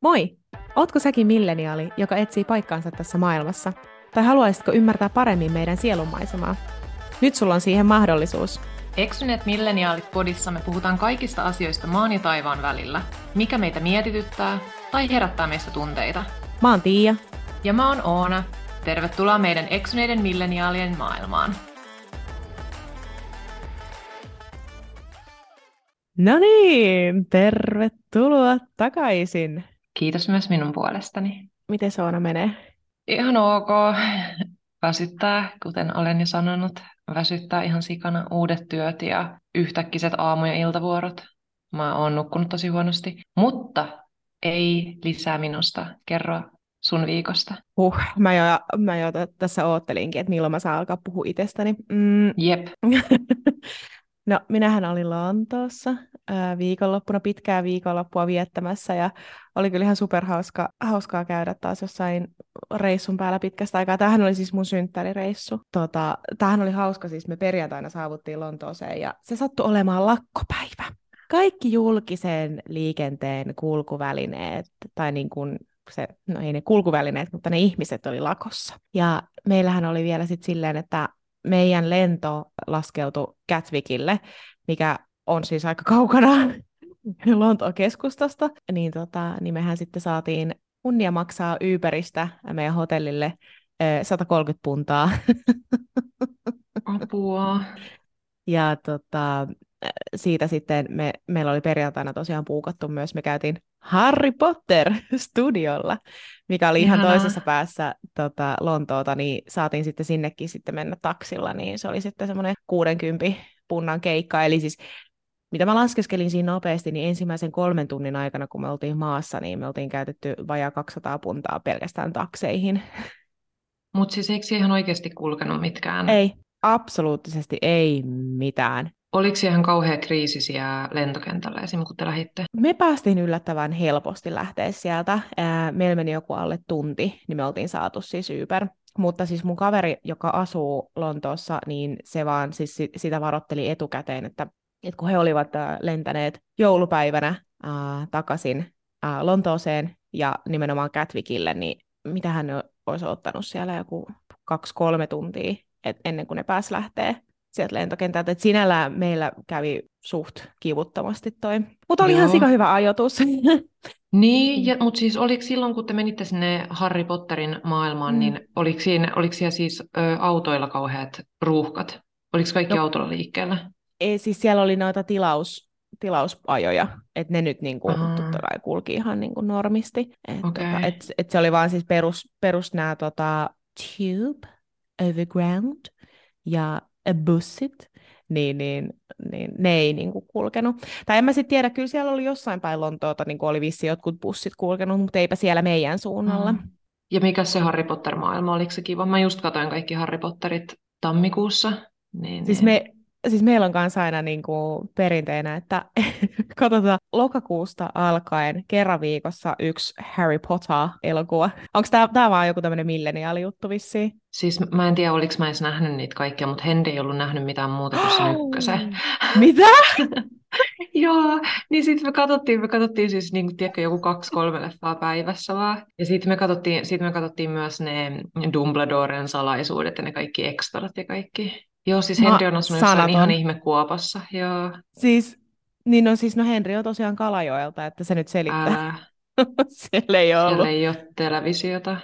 Moi! Ootko säkin milleniaali, joka etsii paikkaansa tässä maailmassa? Tai haluaisitko ymmärtää paremmin meidän sielunmaisemaa? Nyt sulla on siihen mahdollisuus. Eksyneet milleniaalit podissamme puhutaan kaikista asioista maan ja taivaan välillä. Mikä meitä mietityttää tai herättää meistä tunteita. Mä oon Tiia. Ja mä oon Oona. Tervetuloa meidän eksyneiden milleniaalien maailmaan. No niin, tervetuloa takaisin. Kiitos myös minun puolestani. Miten Oona menee? Ihan ok. Väsyttää, kuten olen jo sanonut. Väsyttää ihan sikana uudet työt ja yhtäkkiset aamu- ja iltavuorot. Mä oon nukkunut tosi huonosti, mutta ei lisää minusta. Kerro sun viikosta. Mä jo tässä oottelinkin, että milloin mä saan alkaa puhua itsestäni. Jep. No, minähän olin Lontoossa viikonloppuna, pitkää viikonloppua viettämässä ja oli kyllä ihan hauskaa käydä taas jossain reissun päällä pitkästä aikaa. Tämähän oli siis mun synttärireissu. Tämähän oli hauska, siis me perjantaina saavuttiin Lontooseen ja se sattui olemaan lakkopäivä. Kaikki julkisen liikenteen kulkuvälineet, tai niin kuin no ei ne kulkuvälineet, mutta ne ihmiset oli lakossa. Ja meillähän oli vielä sitten silleen, että meidän lento laskeutui Gatwickille, mikä on siis aika kaukana Lontoon keskustasta, niin mehän sitten saatiin kunnia maksaa Uberistä meidän hotellille 130 puntaa. Apua. Ja siitä sitten meillä oli perjantaina tosiaan puukattu myös, me käytiin Harry Potter-studiolla, mikä oli ihan toisessa päässä Lontoota, niin saatiin sitten sinnekin sitten mennä taksilla, niin se oli sitten semmoinen 60 punnan keikka, eli siis mitä mä laskeskelin siinä nopeasti, niin ensimmäisen 3 tunnin aikana, kun me oltiin maassa, niin me oltiin käytetty vajaa 200 puntaa pelkästään takseihin. Mutta siis eikö ihan oikeasti kulkenut mitkään? Ei, absoluuttisesti ei mitään. Oliko ihan kauhea kriisi siellä lentokentällä esimerkiksi, kun te lähditte? Me päästiin yllättävän helposti lähteä sieltä. Meillä meni joku alle tunti, niin me oltiin saatu siis Uber. Mutta siis mun kaveri, joka asuu Lontoossa, niin se vaan siis sitä varoitteli etukäteen, että kun he olivat lentäneet joulupäivänä takaisin Lontooseen ja nimenomaan Gatwickille, niin mitä hän olisi ottanut siellä joku 2-3 tuntia ennen kuin ne pääsi lähteä sieltä lentokentältä. Et sinällään meillä kävi suht kivuttomasti toi. Mutta oli ihan sika hyvä ajoitus. Niin, mutta siis oliko silloin, kun te menitte sinne Harry Potterin maailmaan, niin oliko siellä siis autoilla kauheat ruuhkat? Oliko kaikki autolla liikkeellä? Ei, siis siellä oli noita tilausajoja, että ne nyt niinku, totta kai kulki ihan niinku normisti. Et se oli vaan siis perus nämä Tube, Overground ja bussit, niin ne ei niinku kulkenut. Tai en mä sitten tiedä, kyllä siellä oli jossain päin Lontoota, niin oli vissi jotkut bussit kulkenut, mutta eipä siellä meidän suunnalla. Ja mikä se Harry Potter-maailma, oliko se kiva? Mä just katsoin kaikki Harry Potterit tammikuussa. Siis meillä on kanssa aina niinku perinteenä, että katsotaan lokakuusta alkaen kerran viikossa yksi Harry Potter-elokuva. Onko tämä vaan joku tämmöinen milleniaali-juttu vissiin? Siis mä en tiedä, oliko mä edes nähnyt niitä kaikkia, mutta Henri ei ollut nähnyt mitään muuta kuin sen ykkösen. Mitä? Joo, niin sitten me katsottiin siis niin kuin, tiedätkö, joku 2-3 leffaa päivässä vaan. Ja sitten me katsottiin myös ne Dumbledoren salaisuudet ja ne kaikki ekstrat ja kaikki. Joo, siis Henri on asunut jossain ihan ihmekuopassa, joo. No Henri on tosiaan Kalajoelta, että se nyt selittää. Siellä ei ollut. Siellä ei ole televisiota.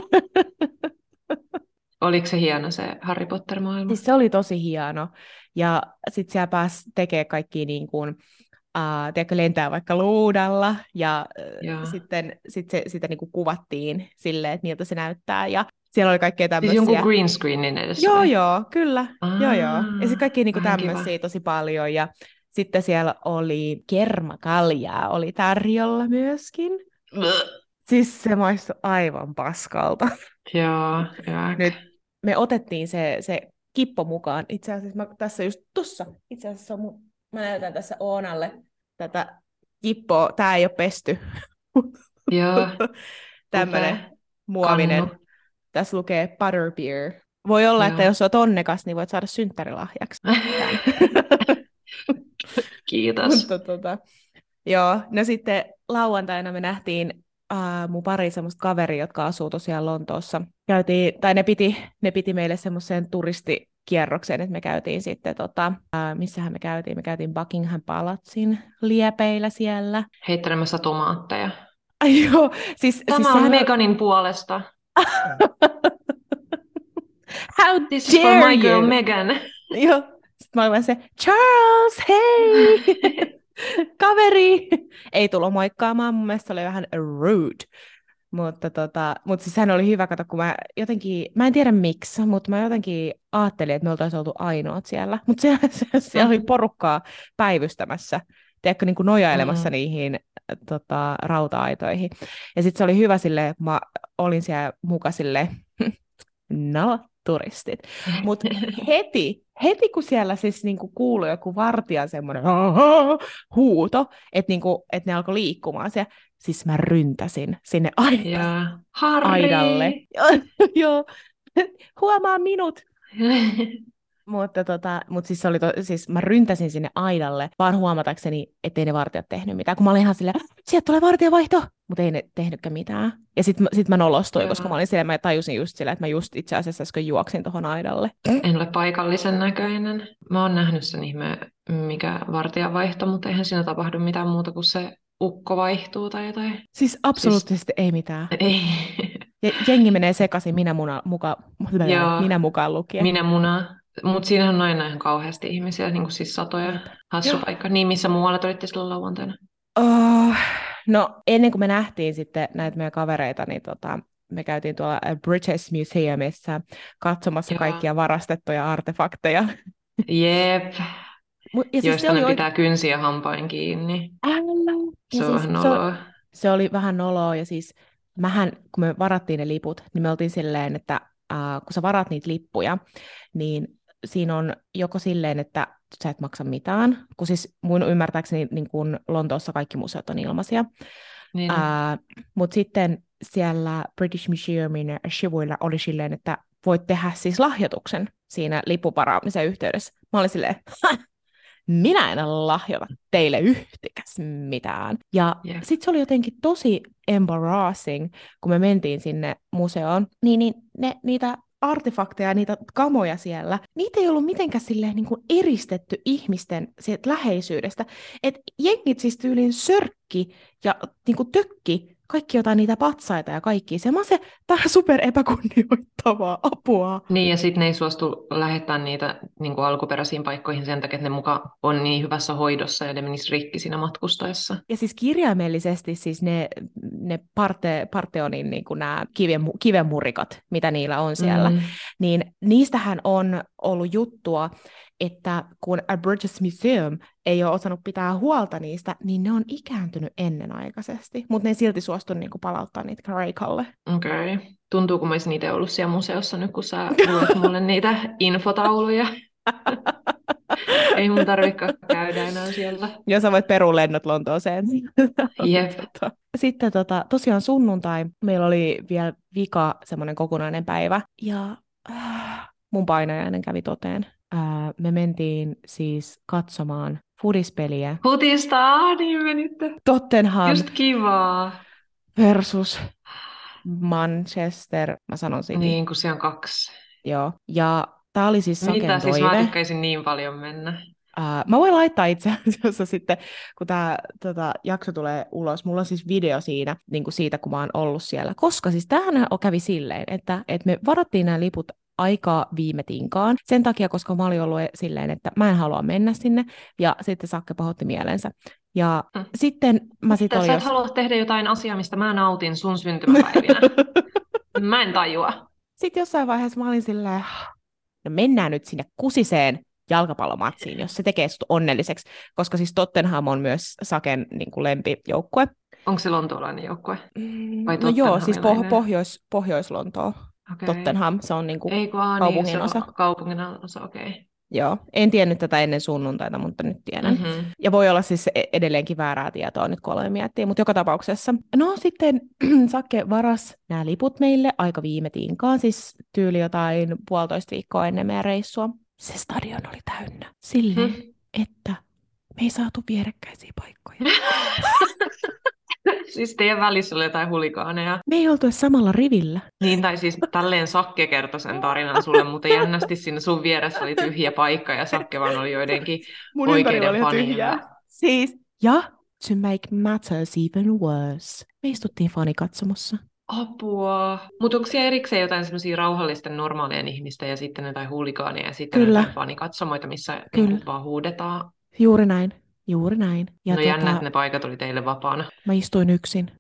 Oliko se hieno se Harry Potter-maailma? Siis se oli tosi hieno. Ja sitten siellä pääsi tekemään kaikkia niin kuin, tiedätkö, lentää vaikka luudalla, ja sitten sitä niin kuin kuvattiin silleen, että miltä se näyttää, ja siellä oli kaikkea tämmöisiä. Siis jonkun green screenin edessä? Joo, kyllä. Joo. Ja sitten kaikkia niin kuin tämmöisiä tosi paljon, ja sitten siellä oli kermakaljaa, oli tarjolla myöskin. Siis se maistui aivan paskalta. Joo. Nyt me otettiin se kippo mukaan. Itse asiassa mä tässä just tuossa, mä näytän tässä Oonalle tätä kippoa. Tää ei ole pesty. Joo. Tämmönen muovinen. Kannu. Tässä lukee Butterbeer. Voi olla, että jos olet onnekas, niin voit saada synttärilahjaksi. Kiitos. Mutta, joo, no sitten lauantaina me nähtiin mun pari semmoista kaveria, jotka asuu tosiaan Lontoossa. Käytiin, tai ne piti meille semmoisen turistikierrokseen, että me käytiin sitten, missähän me käytiin? Me käytiin Buckingham Palatsin liepeillä siellä. Heittelemässä tomaatteja. Ai joo, siis Tämä on sehän Meganin puolesta. How This is for dare my girl you? Megan. Joo, sitten mä olin se, Charles, hei! Kaveri! Ei tullut moikkaamaan, mun mielestä se oli vähän rude. Mutta siis hän oli hyvä, kato, kun mä en tiedä miksi, mutta mä jotenkin ajattelin, että me oltaisiin oltu ainoat siellä. Mutta siellä oli porukkaa päivystämässä, tiedätkö, niin kuin nojailemassa niihin rauta-aitoihin. Ja sitten se oli hyvä silleen, että mä olin siellä muka silleen, no, turistit. Mutta heti kun siellä siis niinku kuului joku vartijan semmoinen huuto, että niinku, et ne alkoi liikkumaan siellä, siis mä ryntäsin sinne aidalle. Joo, huomaa minut. Mutta siis mä ryntäsin sinne aidalle, vaan huomatakseni, ettei ne vartijat tehnyt mitään. Kun mä olin ihan silleen, sieltä tulee vartijavaihto, mutta ei ne tehnytkään mitään. Ja sit mä nolostuin, koska mä olin silleen, mä tajusin just silleen, että mä just itse asiassa äsken juoksin tohon aidalle. En ole paikallisen näköinen. Mä oon nähnyt sen ihme, mikä vartijavaihto, mutta eihän siinä tapahdu mitään muuta kuin se ukko vaihtuu tai jotain. Siis absoluuttisesti ei mitään. Ei. Ja jengi menee sekaisin, minä mukaan lukien. Minä muna. Mutta siinähän on aina ihan kauheasti ihmisiä, niin kuin siis satoja. Hassu paikka. Niin, missä muualla te olitte silloin lauantaina? No, ennen kuin me nähtiin sitten näitä meidän kavereita, niin me käytiin tuolla British Museumissa katsomassa kaikkia varastettuja artefakteja. Jep. Ja joista ne pitää kynsiä hampain kiinni. Se on vähän noloa. Se oli vähän noloa, ja siis kun me varattiin ne liput, niin me oltiin silleen, että kun sä varat niitä lippuja, niin siinä on joko silleen, että sä et maksa mitään, kun siis mun ymmärtääkseni niin kun Lontoossa kaikki museot on ilmaisia. Niin. Mutta sitten siellä British Museumin sivuilla oli silleen, että voit tehdä siis lahjoituksen siinä lippuvaraamisen yhteydessä. Mä olin silleen, minä en lahjoita teille yhtikäs mitään. Ja sitten se oli jotenkin tosi embarrassing, kun me mentiin sinne museoon, niin niitä artefakteja, niitä kamoja siellä, niitä ei ollut mitenkään silleen niin kuin eristetty ihmisten siitä läheisyydestä. Että jengit siis tyyliin sörkki ja niin kuin tökki kaikki jotain niitä patsaita ja kaikki. Se on se vähän super epäkunnioittavaa apua. Niin, ja sitten ne ei suostu lähettää niitä niin kuin alkuperäisiin paikkoihin sen takia, että ne muka on niin hyvässä hoidossa ja ne menis rikki siinä matkustaessa. Ja siis kirjaimellisesti siis ne Partheonin niin kuin nämä kivenmurikat, mitä niillä on siellä, niin niistähän on ollut juttua, että kun a British Museum ei ole osannut pitää huolta niistä, niin ne on ikääntynyt ennenaikaisesti, mutta ne ei silti suostu niin kuin palauttaa niitä Kreikalle. Okei. Okay. Tuntuu, kun mä olisin itse ollut siellä museossa nyt, kun sä luet mulle niitä infotauluja. Ei mun tarvitse käydä enää siellä. Joo, sä voit perua lennot Lontooseen. Jep. Sitten tosiaan sunnuntai meillä oli vielä semmoinen kokonainen päivä, ja mun painajainen kävi toteen. Me mentiin siis katsomaan fudispeliä. Futista, niin menitte. Tottenham. Just kivaa. Versus Manchester, mä sanon City. Niin, kun se on 2. Joo, ja tää oli siis Saken toive. Siis mä tykkäisin niin paljon mennä. Mä voin laittaa itse asiassa sitten, kun tämä jakso tulee ulos, mulla on siis video siinä, niin kuin siitä, kun mä oon ollut siellä. Koska siis tämähän kävi silleen, että me varattiin nämä liput aika viime tinkaan. Sen takia, koska mä olin ollut silleen, että mä en halua mennä sinne, ja sitten Sakke pahoitti mielensä. Ja sitten mä sitten olin... Sä et halua tehdä jotain asiaa, mistä mä nautin sun syntymäpäivinä. Mä en tajua. Sitten jossain vaiheessa mä olin silleen, no mennään nyt sinne kusiseen jalkapallomatsiin, jos se tekee sut onnelliseksi, koska siis Tottenham on myös Saken niin kuin lempijoukkue. Onko se lontoolainen joukkue? Vai no joo, siis Pohjois-Lontoo. Okay. Tottenham, se on niin kuin kaupungin osa. Kaupungin osa, okei. Okay. Joo, en tiennyt tätä ennen sunnuntaita, mutta nyt tiedän. Mm-hmm. Ja voi olla siis edelleenkin väärää tietoa nyt, kun olemme miettiä, mutta joka tapauksessa. No sitten Sakke varas nämä liput meille aika viime tinkaan, siis tyyli jotain 1,5 viikkoa ennen meidän reissua. Se stadion oli täynnä silleen, että me ei saatu vierekkäisiä paikkoja. Siis teidän välissä oli jotain huligaaneja. Me ei oltu edes samalla rivillä. Niin, tai siis tälleen Sakke kertoi sen tarinan sulle, mutta jännästi siinä sun vieressä oli tyhjä paikka ja Sakke vaan oli joidenkin Mun ympärillä oikeiden oli ihan fanien. tyhjää. Siis, ja to make matters even worse. Me istuttiin fanikatsomossa. Apua. Mutta onko siellä erikseen jotain semmoisia rauhallisten normaalien ihmisten ja sitten jotain huligaaneja ja sitten Kyllä. jotain fanikatsomoita, missä Kyllä. niinku vaan huudetaan? Juuri näin. Juuri näin. Ja No jännä, että ne paikat oli teille vapaana. Mä istuin yksin.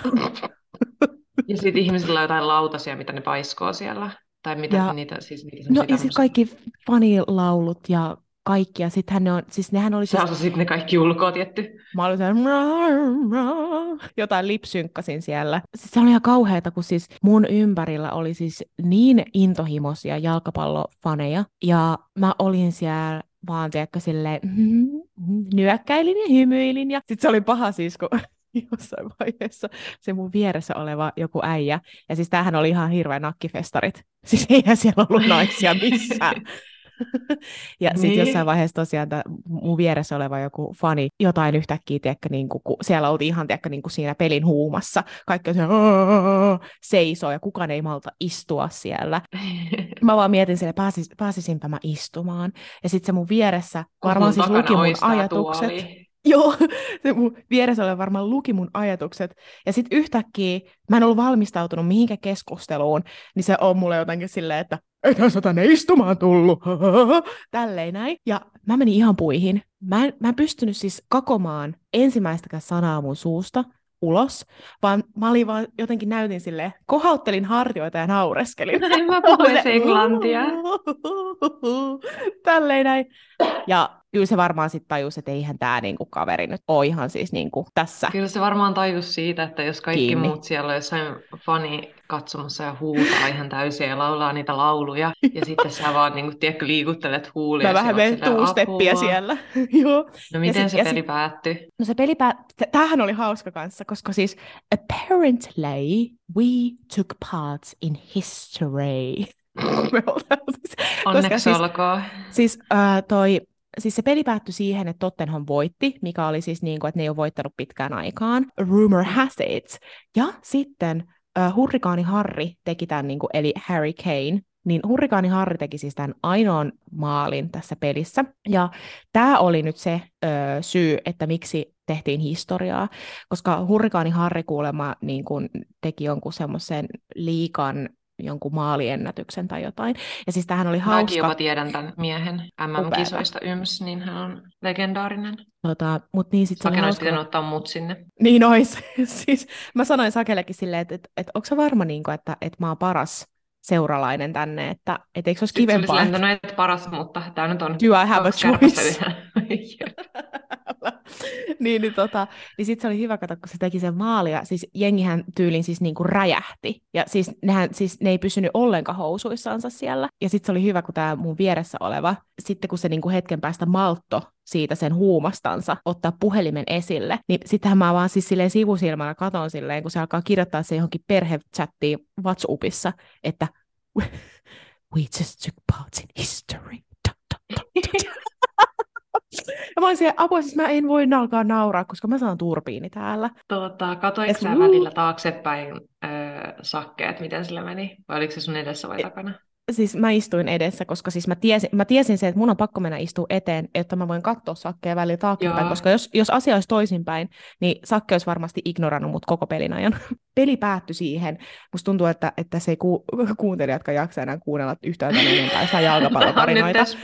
Ja sitten ihmisillä on jotain lautasia, mitä ne paiskoo siellä. Tai mitä Ja- niitä, siis niitä No semmosia ja sitten kaikki fanilaulut ja kaikki. Ja sittenhän ne on, siis nehän oli Sä siis, osasit ne kaikki ulkoa, tietty. mä olin jotain lipsynkkasin siellä. Siis se oli ihan kauheata, kun siis mun ympärillä oli siis niin intohimoisia jalkapallofaneja. Ja mä olin siellä vaan, tiedätkö, silleen nyökkäilin ja hymyilin. Ja sit se oli paha siis, kun jossain vaiheessa se mun vieressä oleva joku äijä. Ja siis tämähän oli ihan hirveä nakkifestarit. Siis eihän siellä ollut naisia missään. Ja sitten Niin. jossain vaiheessa tosiaan mun vieressä oleva joku fani jotain yhtäkkiä, tiedätkö, niin kun siellä oltiin ihan tiedätkö, niin siinä pelin huumassa. Kaikki on siellä, seisoo ja kukaan ei malta istua siellä. Mä vaan mietin sille, pääsisinpä mä istumaan. Ja sitten se mun vieressä varmaan siis luki mun ajatukset. Joo, se mun vieressä oleva varmaan luki mun ajatukset. Ja sitten yhtäkkiä mä en ollut valmistautunut mihinkään keskusteluun, niin se on mulle jotenkin silleen, että eihän sä tänne istumaan tullut. Tälleen näin. Ja mä menin ihan puihin. Mä en pystynyt siis kakomaan ensimmäistäkään sanaa mun suusta ulos, vaan mä olin vaan jotenkin näytin silleen, kohauttelin hartioita ja naureskelin. Näin mä puhuin englantia. Tälleen näin. Ja kyllä se varmaan sitten tajusi, että eihän tämä niinku kaveri nyt ole ihan siis niinku tässä. Kyllä se varmaan tajus siitä, että jos kaikki Kiinni. muut siellä on jossain fani katsomassa ja huutaa ihan täysin ja laulaa niitä lauluja, ja sitten sä vaan niinku, tiedätkö, liikuttelet huulia. Mä vähän menen two-steppiä siellä. Joo. No miten se peli päättyi? No se peli tämähän oli hauska kanssa, koska siis apparently we took part in history. Onneksi olkoon. Siis se peli päättyi siihen, että Tottenham voitti, mikä oli siis niin kuin, että ne ei ole voittanut pitkään aikaan. Rumor has it. Ja sitten Hurrikaani Harry teki tämän, niin kuin, eli Harry Kane, niin Hurrikaani Harry teki siis tämän ainoan maalin tässä pelissä. Ja tämä oli nyt se syy, että miksi tehtiin historiaa, koska Hurrikaani Harry kuulemma niin kuin, teki jonkun semmoisen liigan jonkun maaliennätyksen tai jotain. Ja siis tämähän oli hauska. Mäkin jopa tiedän tämän miehen MM-kisoista niin hän on legendaarinen. Mut niin sit se oli Saken olisi hauska. pitänyt ottaa mut sinne. Niin ois. Siis mä sanoin Sakellekin silleen, että onko se varma, niin kuin, että mä oon paras seuralainen tänne, että eikö se olisi Sitten kivempaa. olisi lentänyt, että paras, mutta tämä nyt on Do I have a choice? niin sitten se oli hyvä katsoa, kun se teki sen maalia. Siis jengihän tyylin siis niinku räjähti. Ja siis ne ei pysynyt ollenkaan housuissansa siellä. Ja sitten se oli hyvä, kun tämä mun vieressä oleva, sitten kun se niinku hetken päästä maltto siitä sen huumastansa ottaa puhelimen esille, niin sittenhän mä vaan siis silleen sivusilmällä katon silleen, kun se alkaa kirjoittaa se johonkin perhechattiin WhatsAppissa, että we just took part in history. Ja mä olin siihen, apua, siis mä en voi alkaa nauraa, koska mä saan turbiini täällä. Katoitko sä välillä taaksepäin Sakkeet, miten sillä meni? Vai oliko se sun edessä vai takana? Siis mä istuin edessä, koska siis mä tiesin se, että mun on pakko mennä istua eteen, että mä voin katsoa Sakkeja välillä taaksepäin, koska jos asia olisi toisinpäin, niin Sakke olisi varmasti ignorannut mut koko pelin ajan. Peli päättyi siihen. Musta tuntuu, että se ei kuuntelijatkaan jaksa enää kuunnella yhtään tämän enempää sitä jalkapallotarinoita. Nyt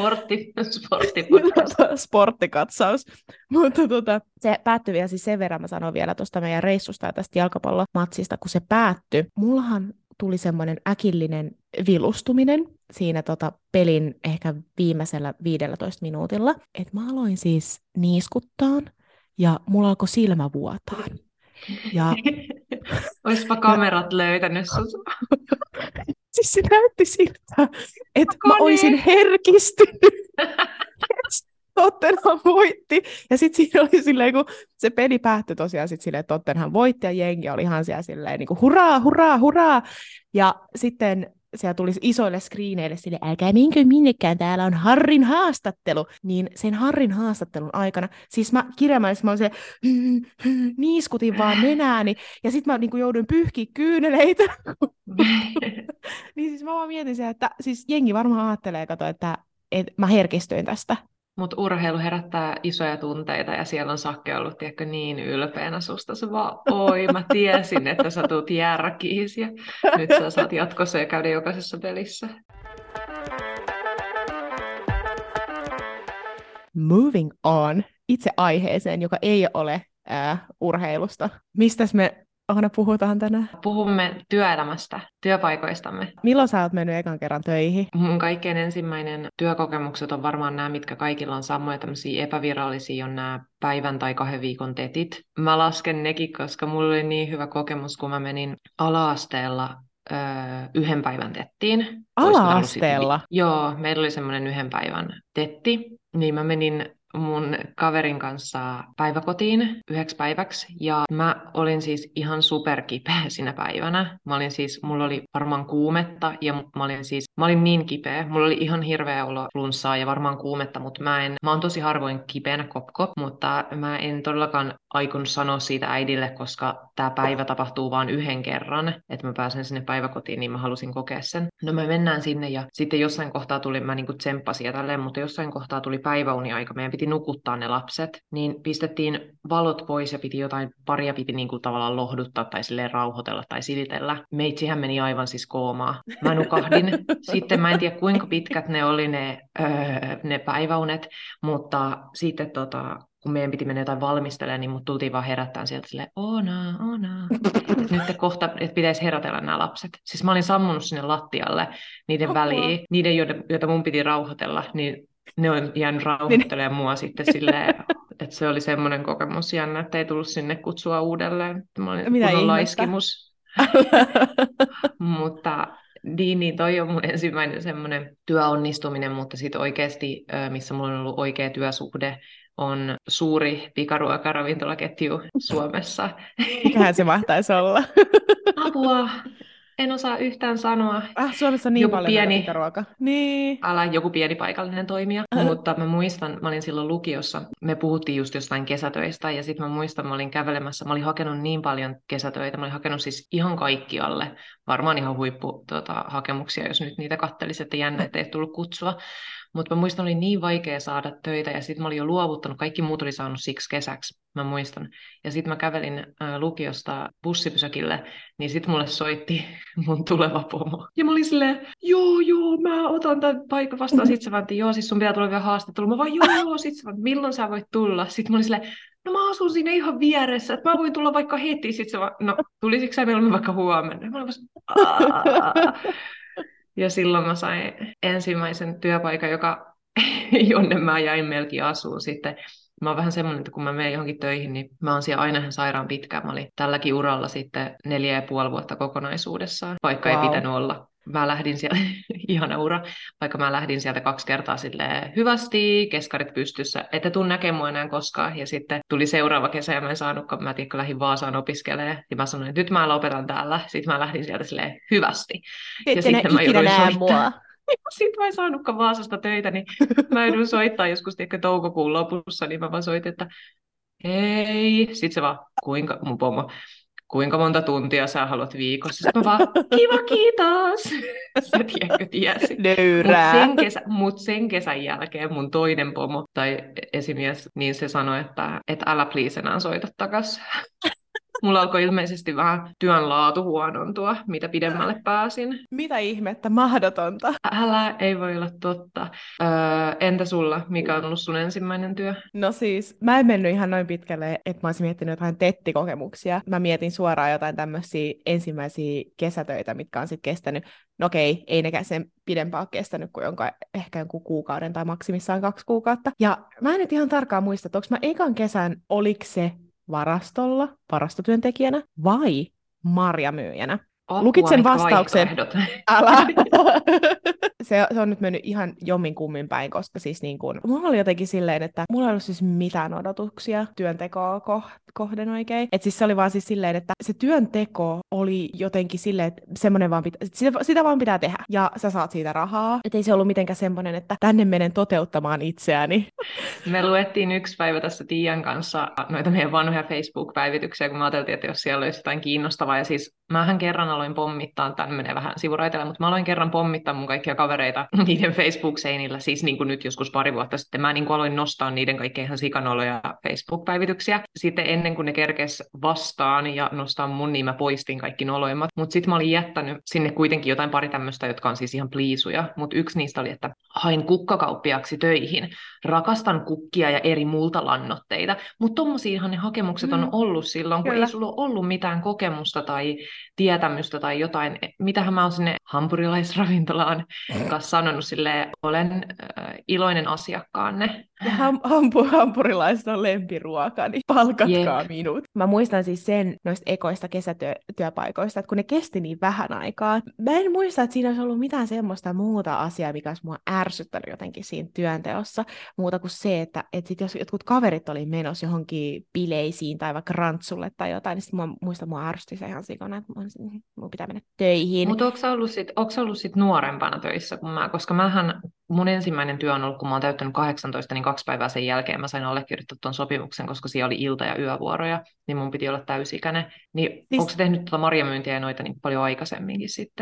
Sporttikatsaus. Mutta se päättyi vielä siis sen verran, mä sanon vielä tuosta meidän reissusta ja tästä jalkapallomatsista, kun se päättyi. Mullahan tuli semmoinen äkillinen vilustuminen siinä pelin ehkä viimeisellä 15 minuutilla, että mä aloin siis niiskuttaan ja mulla alkoi silmä vuotaa. Ja oispa kamerat löytänyt sut. Siis se näytti siltä, että mä oisin herkistynyt. Tottenham voitti. Ja sitten siinä oli silleen, kun se peli päättyi tosiaan sit silleen, että Tottenham voitti ja jengi oli ihan siellä silleen niin kuin hurraa, hurraa, hurraa. Ja sitten siellä tulisi isoille screeneille sille, älkää menkö minnekään, täällä on Harrin haastattelu. Niin sen Harrin haastattelun aikana, siis mä kirjaimellisesti mä olin se, niiskutin vaan nenääni, ja sitten mä niin kuin jouduin pyyhkiä kyyneleitä. Niin siis mä vaan mietin se, että siis jengi varmaan ajattelee, että mä herkistyin tästä. Mutta urheilu herättää isoja tunteita ja siellä on Sakke ollut tiedätkö, niin ylpeänä susta. Se vaan, oi, mä tiesin, että sä tuut järkiis ja nyt sä saat jatkossa ja käydä jokaisessa pelissä. Moving on itse aiheeseen, joka ei ole urheilusta. Mistäs me aina puhutaan tänään? Puhumme työelämästä, työpaikoistamme. Milloin sä oot mennyt ekan kerran töihin? Mun kaikkein ensimmäinen työkokemukset on varmaan nämä, mitkä kaikilla on samoja, tämmöisiä epävirallisia on nämä päivän tai 2 viikon tetit. Mä lasken nekin, koska mulla oli niin hyvä kokemus, kun mä menin ala-asteella 1 päivän tettiin. Ala-asteella? Joo, meillä oli semmoinen 1 päivän tetti. Niin mä menin mun kaverin kanssa päiväkotiin 1 päiväksi, ja mä olin siis ihan superkipeä sinä päivänä. Mulla oli varmaan kuumetta, ja mä olin niin kipeä. Mulla oli ihan hirveä olo flunssaa ja varmaan kuumetta, mutta mä oon tosi harvoin kipeänä kopko, mutta mä en todellakaan aikonut sanoa siitä äidille, koska tämä päivä tapahtuu vain 1 kerran, että mä pääsen sinne päiväkotiin, niin mä halusin kokea sen. No me mennään sinne, ja sitten jossain kohtaa tuli, mä niinku tsemppasin ja tälleen, mutta jossain kohtaa tuli päiväuniaika, meidän piti nukuttaa ne lapset, niin pistettiin valot pois ja paria piti niinku tavallaan lohduttaa tai silleen rauhoitella tai silitellä. Meitsihän meni aivan siis koomaa. Mä nukahdin. Sitten mä en tiedä kuinka pitkät ne oli ne päiväunet, mutta sitten kun meidän piti mennä jotain valmistelemaan, niin mut tultiin vaan herättämään sieltä silleen, Oona. Nyt kohta, että pitäisi herätellä nämä lapset. Siis mä olin sammunut sinne lattialle niiden väliin, niiden, joita mun piti rauhoitella, niin ne on jäänyt rauhoittelemaan mua sitten silleen, että se oli semmoinen kokemus jännä, että ei tullut sinne kutsua uudelleen. Mä olin kunnon laiskimus. Mutta niin toi on mun ensimmäinen semmoinen työonnistuminen, mutta sitten oikeasti, missä mulla on ollut oikea työsuhde, on suuri pikaruokaravintolaketju Suomessa. Mikähän se mahtaisi olla? Apua! En osaa yhtään sanoa. Suomessa on niin paljon pikaruoka. Niin. Joku pieni paikallinen toimija. Mutta mä muistan, mä olin silloin lukiossa. Me puhuttiin just jostain kesätöistä. Ja sitten mä muistan, mä olin kävelemässä. Mä olin hakenut niin paljon kesätöitä. Mä olin hakenut siis ihan kaikkialle. Varmaan ihan hakemuksia, jos nyt niitä kattelisi, että jännä, ettei tullut kutsua. Mutta mä muistan, oli niin vaikea saada töitä, ja sitten mä olin jo luovuttanut, kaikki muut oli saanut siksi kesäksi, mä muistan. Ja sitten mä kävelin lukiosta bussipysäkille, niin sitten mulle soitti mun tuleva pomo. Ja mä olin silleen, joo, mä otan tämän paikan vastaan. Sitten se vanti, joo, siis sun pitää tulla vielä haastattelu. Mä vaan, joo, sitten se vanti, milloin sä voit tulla? Sitten mä olin silleen, no mä asun siinä ihan vieressä, että mä voin tulla vaikka heti. Sitten se vaan, no tulisitko sä mieluummin vaikka huomenna? Mä olin vaan, ja silloin mä sain ensimmäisen työpaikan, jonne mä jäin melkein asuun sitten. Mä oon vähän semmoinen, että kun mä menen johonkin töihin, niin mä oon siellä aina ihan sairaan pitkään. Mä olin tälläkin uralla sitten 4,5 vuotta kokonaisuudessaan, vaikka ei pitänyt olla. Mä lähdin sieltä, ihana ura, vaikka mä lähdin sieltä 2 kertaa silleen hyvästi, keskarit pystyssä, ette tuu näkemään mua enää koskaan. Ja sitten tuli seuraava kesä ja mä en saanutkaan, mä tiedän, lähdin Vaasaan opiskelemaan. Ja mä sanoin, että nyt mä lopetan täällä. Sitten mä lähdin sieltä silleen hyvästi. Ja sitten mä ikinä näe mua. Sitten mä en saanutkaan Vaasasta töitä, niin mä joudun soittaa joskus toukokuun lopussa, niin mä vaan soitin, että hei. Sitten se vaan, mun pomo, kuinka monta tuntia sä haluat viikossa? Sitten mä vaan, kiva, kiitos. Sä tiesi. Nöyrää. Mut sen kesän jälkeen mun toinen pomo tai esimies, niin se sanoi, että älä please enää soita takas. Mulla alkoi ilmeisesti vähän työn laatu huonontua, mitä pidemmälle pääsin. Mitä ihmettä, mahdotonta. Älä, ei voi olla totta. Entä sulla? Mikä on ollut sun ensimmäinen työ? No siis, mä en mennyt ihan noin pitkälle, että mä olisin miettinyt jotain tettikokemuksia. Mä mietin suoraan jotain tämmöisiä ensimmäisiä kesätöitä, mitkä on sitten kestänyt. No okei, ei nekään sen pidempään ole kestänyt kuin ehkä jonkun kuukauden tai maksimissaan 2 kuukautta. Ja mä en nyt ihan tarkkaan muista, että onko mä ekan kesän, oliko se varastotyöntekijänä vai marjamyyjänä. Lukit Apua, sen mitkä vastauksen. vaihtoehdot? Älä. Se on nyt mennyt ihan jommin kummin päin, koska siis niin kun, mulla oli jotenkin silleen, että mulla ei ollut siis mitään odotuksia työntekoa kohden oikein. Et siis se oli vaan siis silleen, että se työnteko oli jotenkin silleen, että semmoinen vaan sitä vaan pitää tehdä. Ja sä saat siitä rahaa. Et ei se ollut mitenkään semmoinen, että tänne menen toteuttamaan itseäni. Me luettiin yksi päivä tässä Tiian kanssa noita meidän vanhoja Facebook-päivityksiä, kun me ajateltiin, että jos siellä olisi jotain kiinnostavaa. Ja siis mähän kerran aloin pommittaa, tämä menee vähän sivuraiteille, mutta mä aloin kerran pommittaa mun kaikkia kavereita niiden Facebook-seinillä, siis niin kuin nyt joskus pari vuotta sitten. Mä niin kuin aloin nostaa niiden kaikkia ihan sikanoloja Facebook-päivityksiä. Sitten ennen kuin ne kerkes vastaan ja nostaa mun, niin mä poistin kaikki noloimmat. Mutta sitten mä olin jättänyt sinne kuitenkin jotain pari tämmöistä, jotka on siis ihan pliisuja. Mutta yksi niistä oli, että hain kukkakauppiaksi töihin. Rakastan kukkia ja eri multalannoitteita. Mutta tommosiahan ne hakemukset on ollut silloin, kun Kyllä. ei sulla ole ollut mitään kokemusta tai tietämystä tai jotain. Mitähän mä oon sinne hampurilaisravintolaan kanssa sanonut silleen, olen iloinen asiakkaanne. Ja hampurilaiset on lempiruoka, niin palkatkaa Jep. minut. Mä muistan siis sen noista ekoista kesätyöpaikoista, että kun ne kesti niin vähän aikaa. Mä en muista, että siinä olisi ollut mitään semmoista muuta asiaa, mikä olisi mua ärsyttänyt jotenkin siinä työnteossa, muuta kuin se, että sit jos jotkut kaverit oli menossa johonkin bileisiin tai vaikka rantsulle tai jotain, niin sitten mua ärsytti se ihan sikona, että mun pitää mennä töihin. Mutta onko sä ollut sit nuorempana töissä kuin mä? Koska mun ensimmäinen työ on ollut, kun mä oon täyttänyt 18, niin 2 päivää sen jälkeen mä sain allekirjoittaa tuon sopimuksen, koska siellä oli ilta- ja yövuoroja, niin mun piti olla täysikäinen. Niin Siis, onko sä tehnyt tuota marjamyyntiä ja noita niin paljon aikaisemminkin sitten?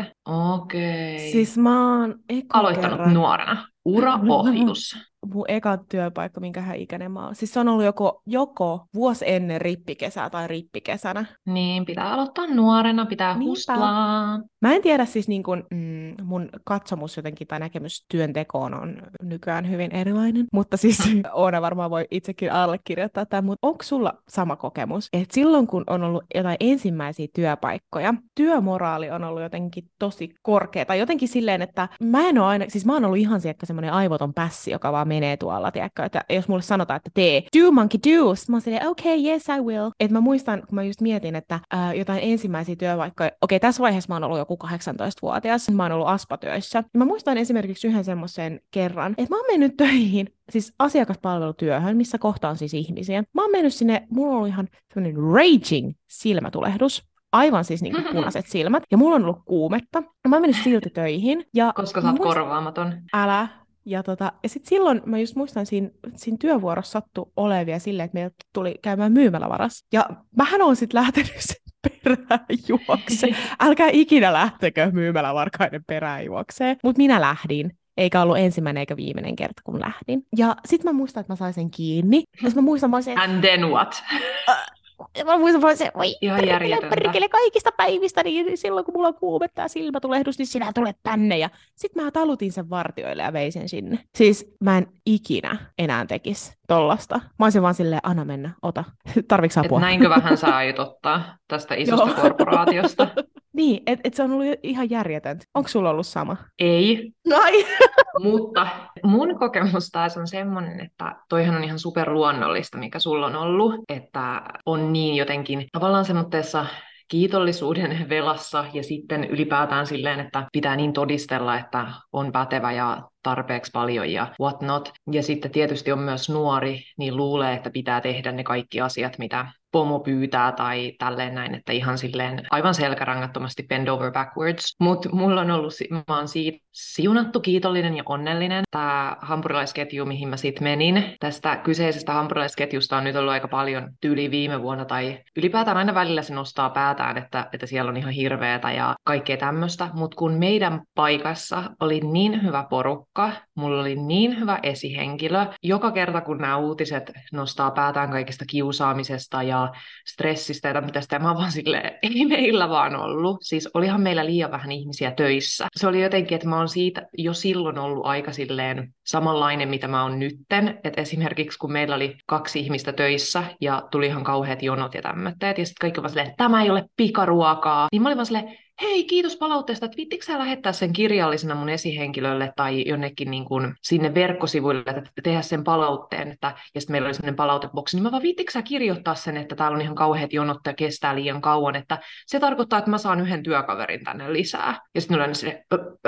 Okei. siis mä oon Aloittanut nuorena. Uraohjus. Mun eka työpaikka, minkähän ikäinen mä oon. Siis se on ollut joko vuosi ennen rippikesää tai rippikesänä. Niin, pitää aloittaa nuorena, pitää Niinpä. hustlaa. Mä en tiedä siis niin kun, mun katsomus jotenkin tai näkemys työntekoon on nykyään hyvin erilainen, mutta siis Oona varmaan voi itsekin allekirjoittaa tämän, mutta onko sulla sama kokemus, että silloin kun on ollut jotain ensimmäisiä työpaikkoja, työmoraali on ollut jotenkin tosi korkea, tai jotenkin silleen, että mä oon ollut ihan sieltä semmoinen aivoton pässi, joka vaan menee tuolla, tiedätkö, että jos mulle sanotaan, että tee, do monkey do, mä oon silleen, okay, yes I will. Et mä muistan, kun mä just mietin, että jotain ensimmäisiä työpaikkoja, okei, tässä vaiheessa mä oon ollut joku 18-vuotias, mä oon ollut aspatöissä. Mä muistan esimerkiksi yhden semmoisen kerran, että mä oon mennyt töihin, siis asiakaspalvelutyöhön, missä kohtaan siis ihmisiä. Mä oon mennyt sinne, mulla on ollut ihan semmoinen raging silmätulehdus. Aivan siis niin kuin punaiset silmät. Ja mulla on ollut kuumetta. Mä oon mennyt silti töihin. Ja Koska sä oot korvaamaton. Älä. Ja sitten silloin mä just muistan, siinä työvuorossa sattui olevia silleen, että meillä tuli käymään myymälävaras. Ja mähän oon sitten lähtenyt sen perään juokseen. Älkää ikinä lähtekö myymälävarkaiden perään juokseen. Mutta minä lähdin. Eikä ollut ensimmäinen eikä viimeinen kerta, kun lähdin. Ja sitten mä muistan, että mä sain sen kiinni. Ja mä muistan vaan se, että... And then what? Mä muistan vaan se, oi, Ihan järjetöntä. perkele kaikista päivistä, niin silloin kun mulla on kuumetta ja silmätulehdus, niin sinä tulet tänne. Ja sit mä talutin sen vartioille ja vein sen sinne. Siis mä en ikinä enää tekisi tollasta. Mä olisin vaan silleen, anna mennä, ota. Tarviks apua? Et näinkö vähän sä aiot ottaa tästä isosta korporaatiosta? Niin, et se on ollut ihan järjetöntä. Onko sulla ollut sama? Ei. Ai! Mutta mun kokemus taas on semmoinen, että toihan on ihan superluonnollista, mikä sulla on ollut, että on niin jotenkin tavallaan semmoisessa kiitollisuuden velassa ja sitten ylipäätään silleen, että pitää niin todistella, että on pätevä ja tarpeeksi paljon ja whatnot. Ja sitten tietysti on myös nuori, niin luulee, että pitää tehdä ne kaikki asiat, mitä pomo pyytää tai tälleen näin, että ihan silleen aivan selkärangattomasti bend over backwards. Mutta mulla on ollut, mä oon siitä siunattu, kiitollinen ja onnellinen. Tämä hampurilaisketju, mihin mä sitten menin, tästä kyseisestä hampurilaisketjusta on nyt ollut aika paljon tyyliin viime vuonna tai ylipäätään aina välillä se nostaa päätään, että siellä on ihan hirveätä ja kaikkea tämmöistä. Mutta kun meidän paikassa oli niin hyvä porukka, mulla oli niin hyvä esihenkilö, joka kerta kun nämä uutiset nostaa päätään kaikista kiusaamisesta ja stressistä ja tämmöistä, ja mä oon vaan silleen, ei meillä vaan ollut. Siis olihan meillä liian vähän ihmisiä töissä. Se oli jotenkin, että mä oon siitä jo silloin ollut aika silleen samanlainen, mitä mä oon nytten. Että esimerkiksi kun meillä oli 2 ihmistä töissä ja tuli ihan kauheat jonot ja tämmöitä, ja sitten kaikki vaan silleen, tämä ei ole pikaruokaa. Niin mä olin vaan silleen, hei, kiitos palautteesta, että viittikö sä lähettää sen kirjallisena mun esihenkilölle tai jonnekin niin kuin sinne verkkosivuille, että tehdä sen palautteen, ja sitten meillä oli sellainen palauteboksi, niin mä vaan viittikö sä kirjoittaa sen, että täällä on ihan kauheat jonot ja kestää liian kauan, että se tarkoittaa, että mä saan yhden työkaverin tänne lisää. Ja sitten oli silleen,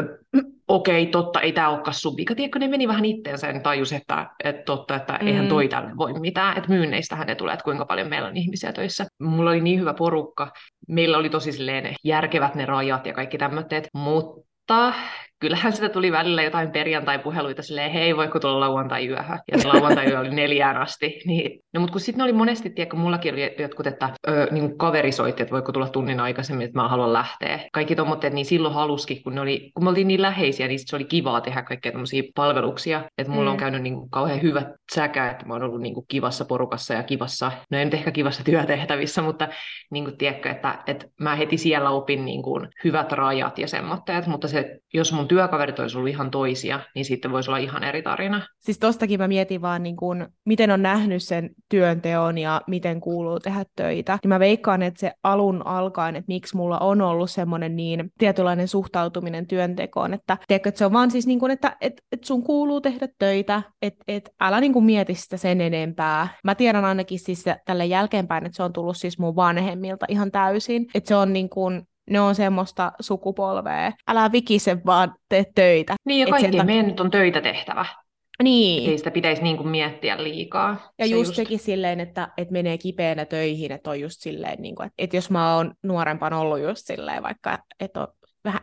okei, totta, ei tämä olekaan sun vika. Tiedätkö, ne meni vähän itteensä ja tajus, että totta, että eihän toi tälle voi mitään, että myynneistähän ne tulee, että kuinka paljon meillä on ihmisiä töissä. Mulla oli niin hyvä porukka, meillä oli tosi silleen järkevät ne rajat ja kaikki tämmöiset, mutta kyllähän sitä tuli välillä jotain perjantai-puheluita silleen, hei, voiko tulla lauantai-yöhön? Ja se lauantai-yö oli 4 asti. Niin, no, mutta kun sitten oli monesti, tiedätkö, mullakin oli jotkut, että niin kaveri soitti, että voiko tulla tunnin aikaisemmin, että mä haluan lähteä. Kaikki tommoitteet, niin silloin haluskin, kun me oltiin niin läheisiä, niin se oli kivaa tehdä kaikkea tämmöisiä palveluksia. Että mulla on käynyt niin kauhean hyvät säkä, että mä oon ollut niin kivassa porukassa ja kivassa, no ei nyt ehkä kivassa työtehtävissä, mutta niin kuin, tiedätkö, että mä heti siellä opin niin kuin hyvät rajat ja semmoitteet, mutta se, jos mun työkaverit olisi ollut ihan toisia, niin sitten voisi olla ihan eri tarina. Siis tostakin mä mietin vaan, niin kun, miten on nähnyt sen työnteon ja miten kuuluu tehdä töitä. Niin mä veikkaan, että se alun alkaen, että miksi mulla on ollut semmoinen niin tietynlainen suhtautuminen työntekoon, että, tiedätkö, että se on vaan siis niin kun, että sun kuuluu tehdä töitä, että älä niin kun mieti sitä sen enempää. Mä tiedän ainakin siis tälle jälkeenpäin, että se on tullut siis mun vanhemmilta ihan täysin, että se on niin kun, ne on semmoista sukupolvea. Älä vikise, vaan tee töitä. Niin, ja kaikki meidän nyt on töitä tehtävä. Niin. Ei sitä pitäisi niin kuin miettiä liikaa. Ja just sekin silleen, että menee kipeänä töihin, että on just silleen, niin kuin, että jos mä oon nuorempana ollut just silleen, vaikka että on vähän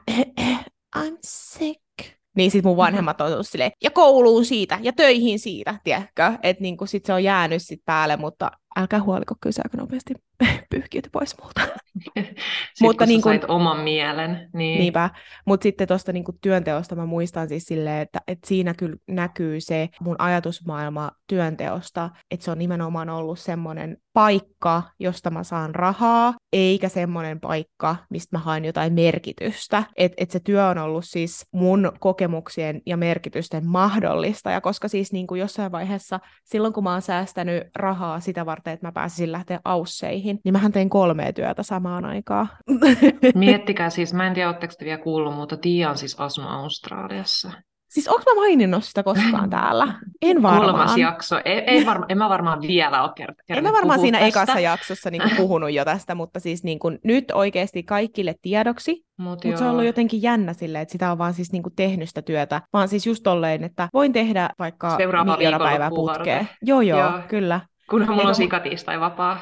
I'm sick, niin sit mun vanhemmat on ollut silleen, ja kouluun siitä, ja töihin siitä, tiedätkö? Että niin sit se on jäänyt sit päälle, mutta älkää huoliko, kyllä se aika nopeasti pyyhkiytyi pois multa. Mutta kun niin kun, sait oman mielen. Niin. Niinpä, mutta sitten tuosta niin työnteosta mä muistan siis silleen, että siinä kyllä näkyy se mun ajatusmaailma työnteosta, että se on nimenomaan ollut semmoinen paikka, josta mä saan rahaa, eikä semmoinen paikka, mistä mä haen jotain merkitystä. Että se työ on ollut siis mun kokemuksien ja merkitysten mahdollista, ja koska siis niin kuin jossain vaiheessa, silloin kun mä oon säästänyt rahaa sitä varten, että mä pääsisin lähteä ausseihin, niin mähän tein 3 työtä samaan aikaan. Miettikää siis, mä en tiedä, oletteko te vielä kuullut, mutta Tiia on siis asunut Australiassa. Siis onko mä maininnut sitä koskaan täällä? En varmaan. 3. jakso. En mä varmaan vielä ole kertonut. En mä varmaan siinä tästä ekassa jaksossa niin puhunut jo tästä, mutta siis niin kuin, nyt oikeasti kaikille tiedoksi. Mutta se on ollut jotenkin jännä silleen, että sitä on vaan siis niin kuin tehnyt sitä työtä. Vaan siis just tolleen, että voin tehdä vaikka miljoona päivää putkeen. Joo, kyllä. Kunhan mulla on sikatiistai vapaa.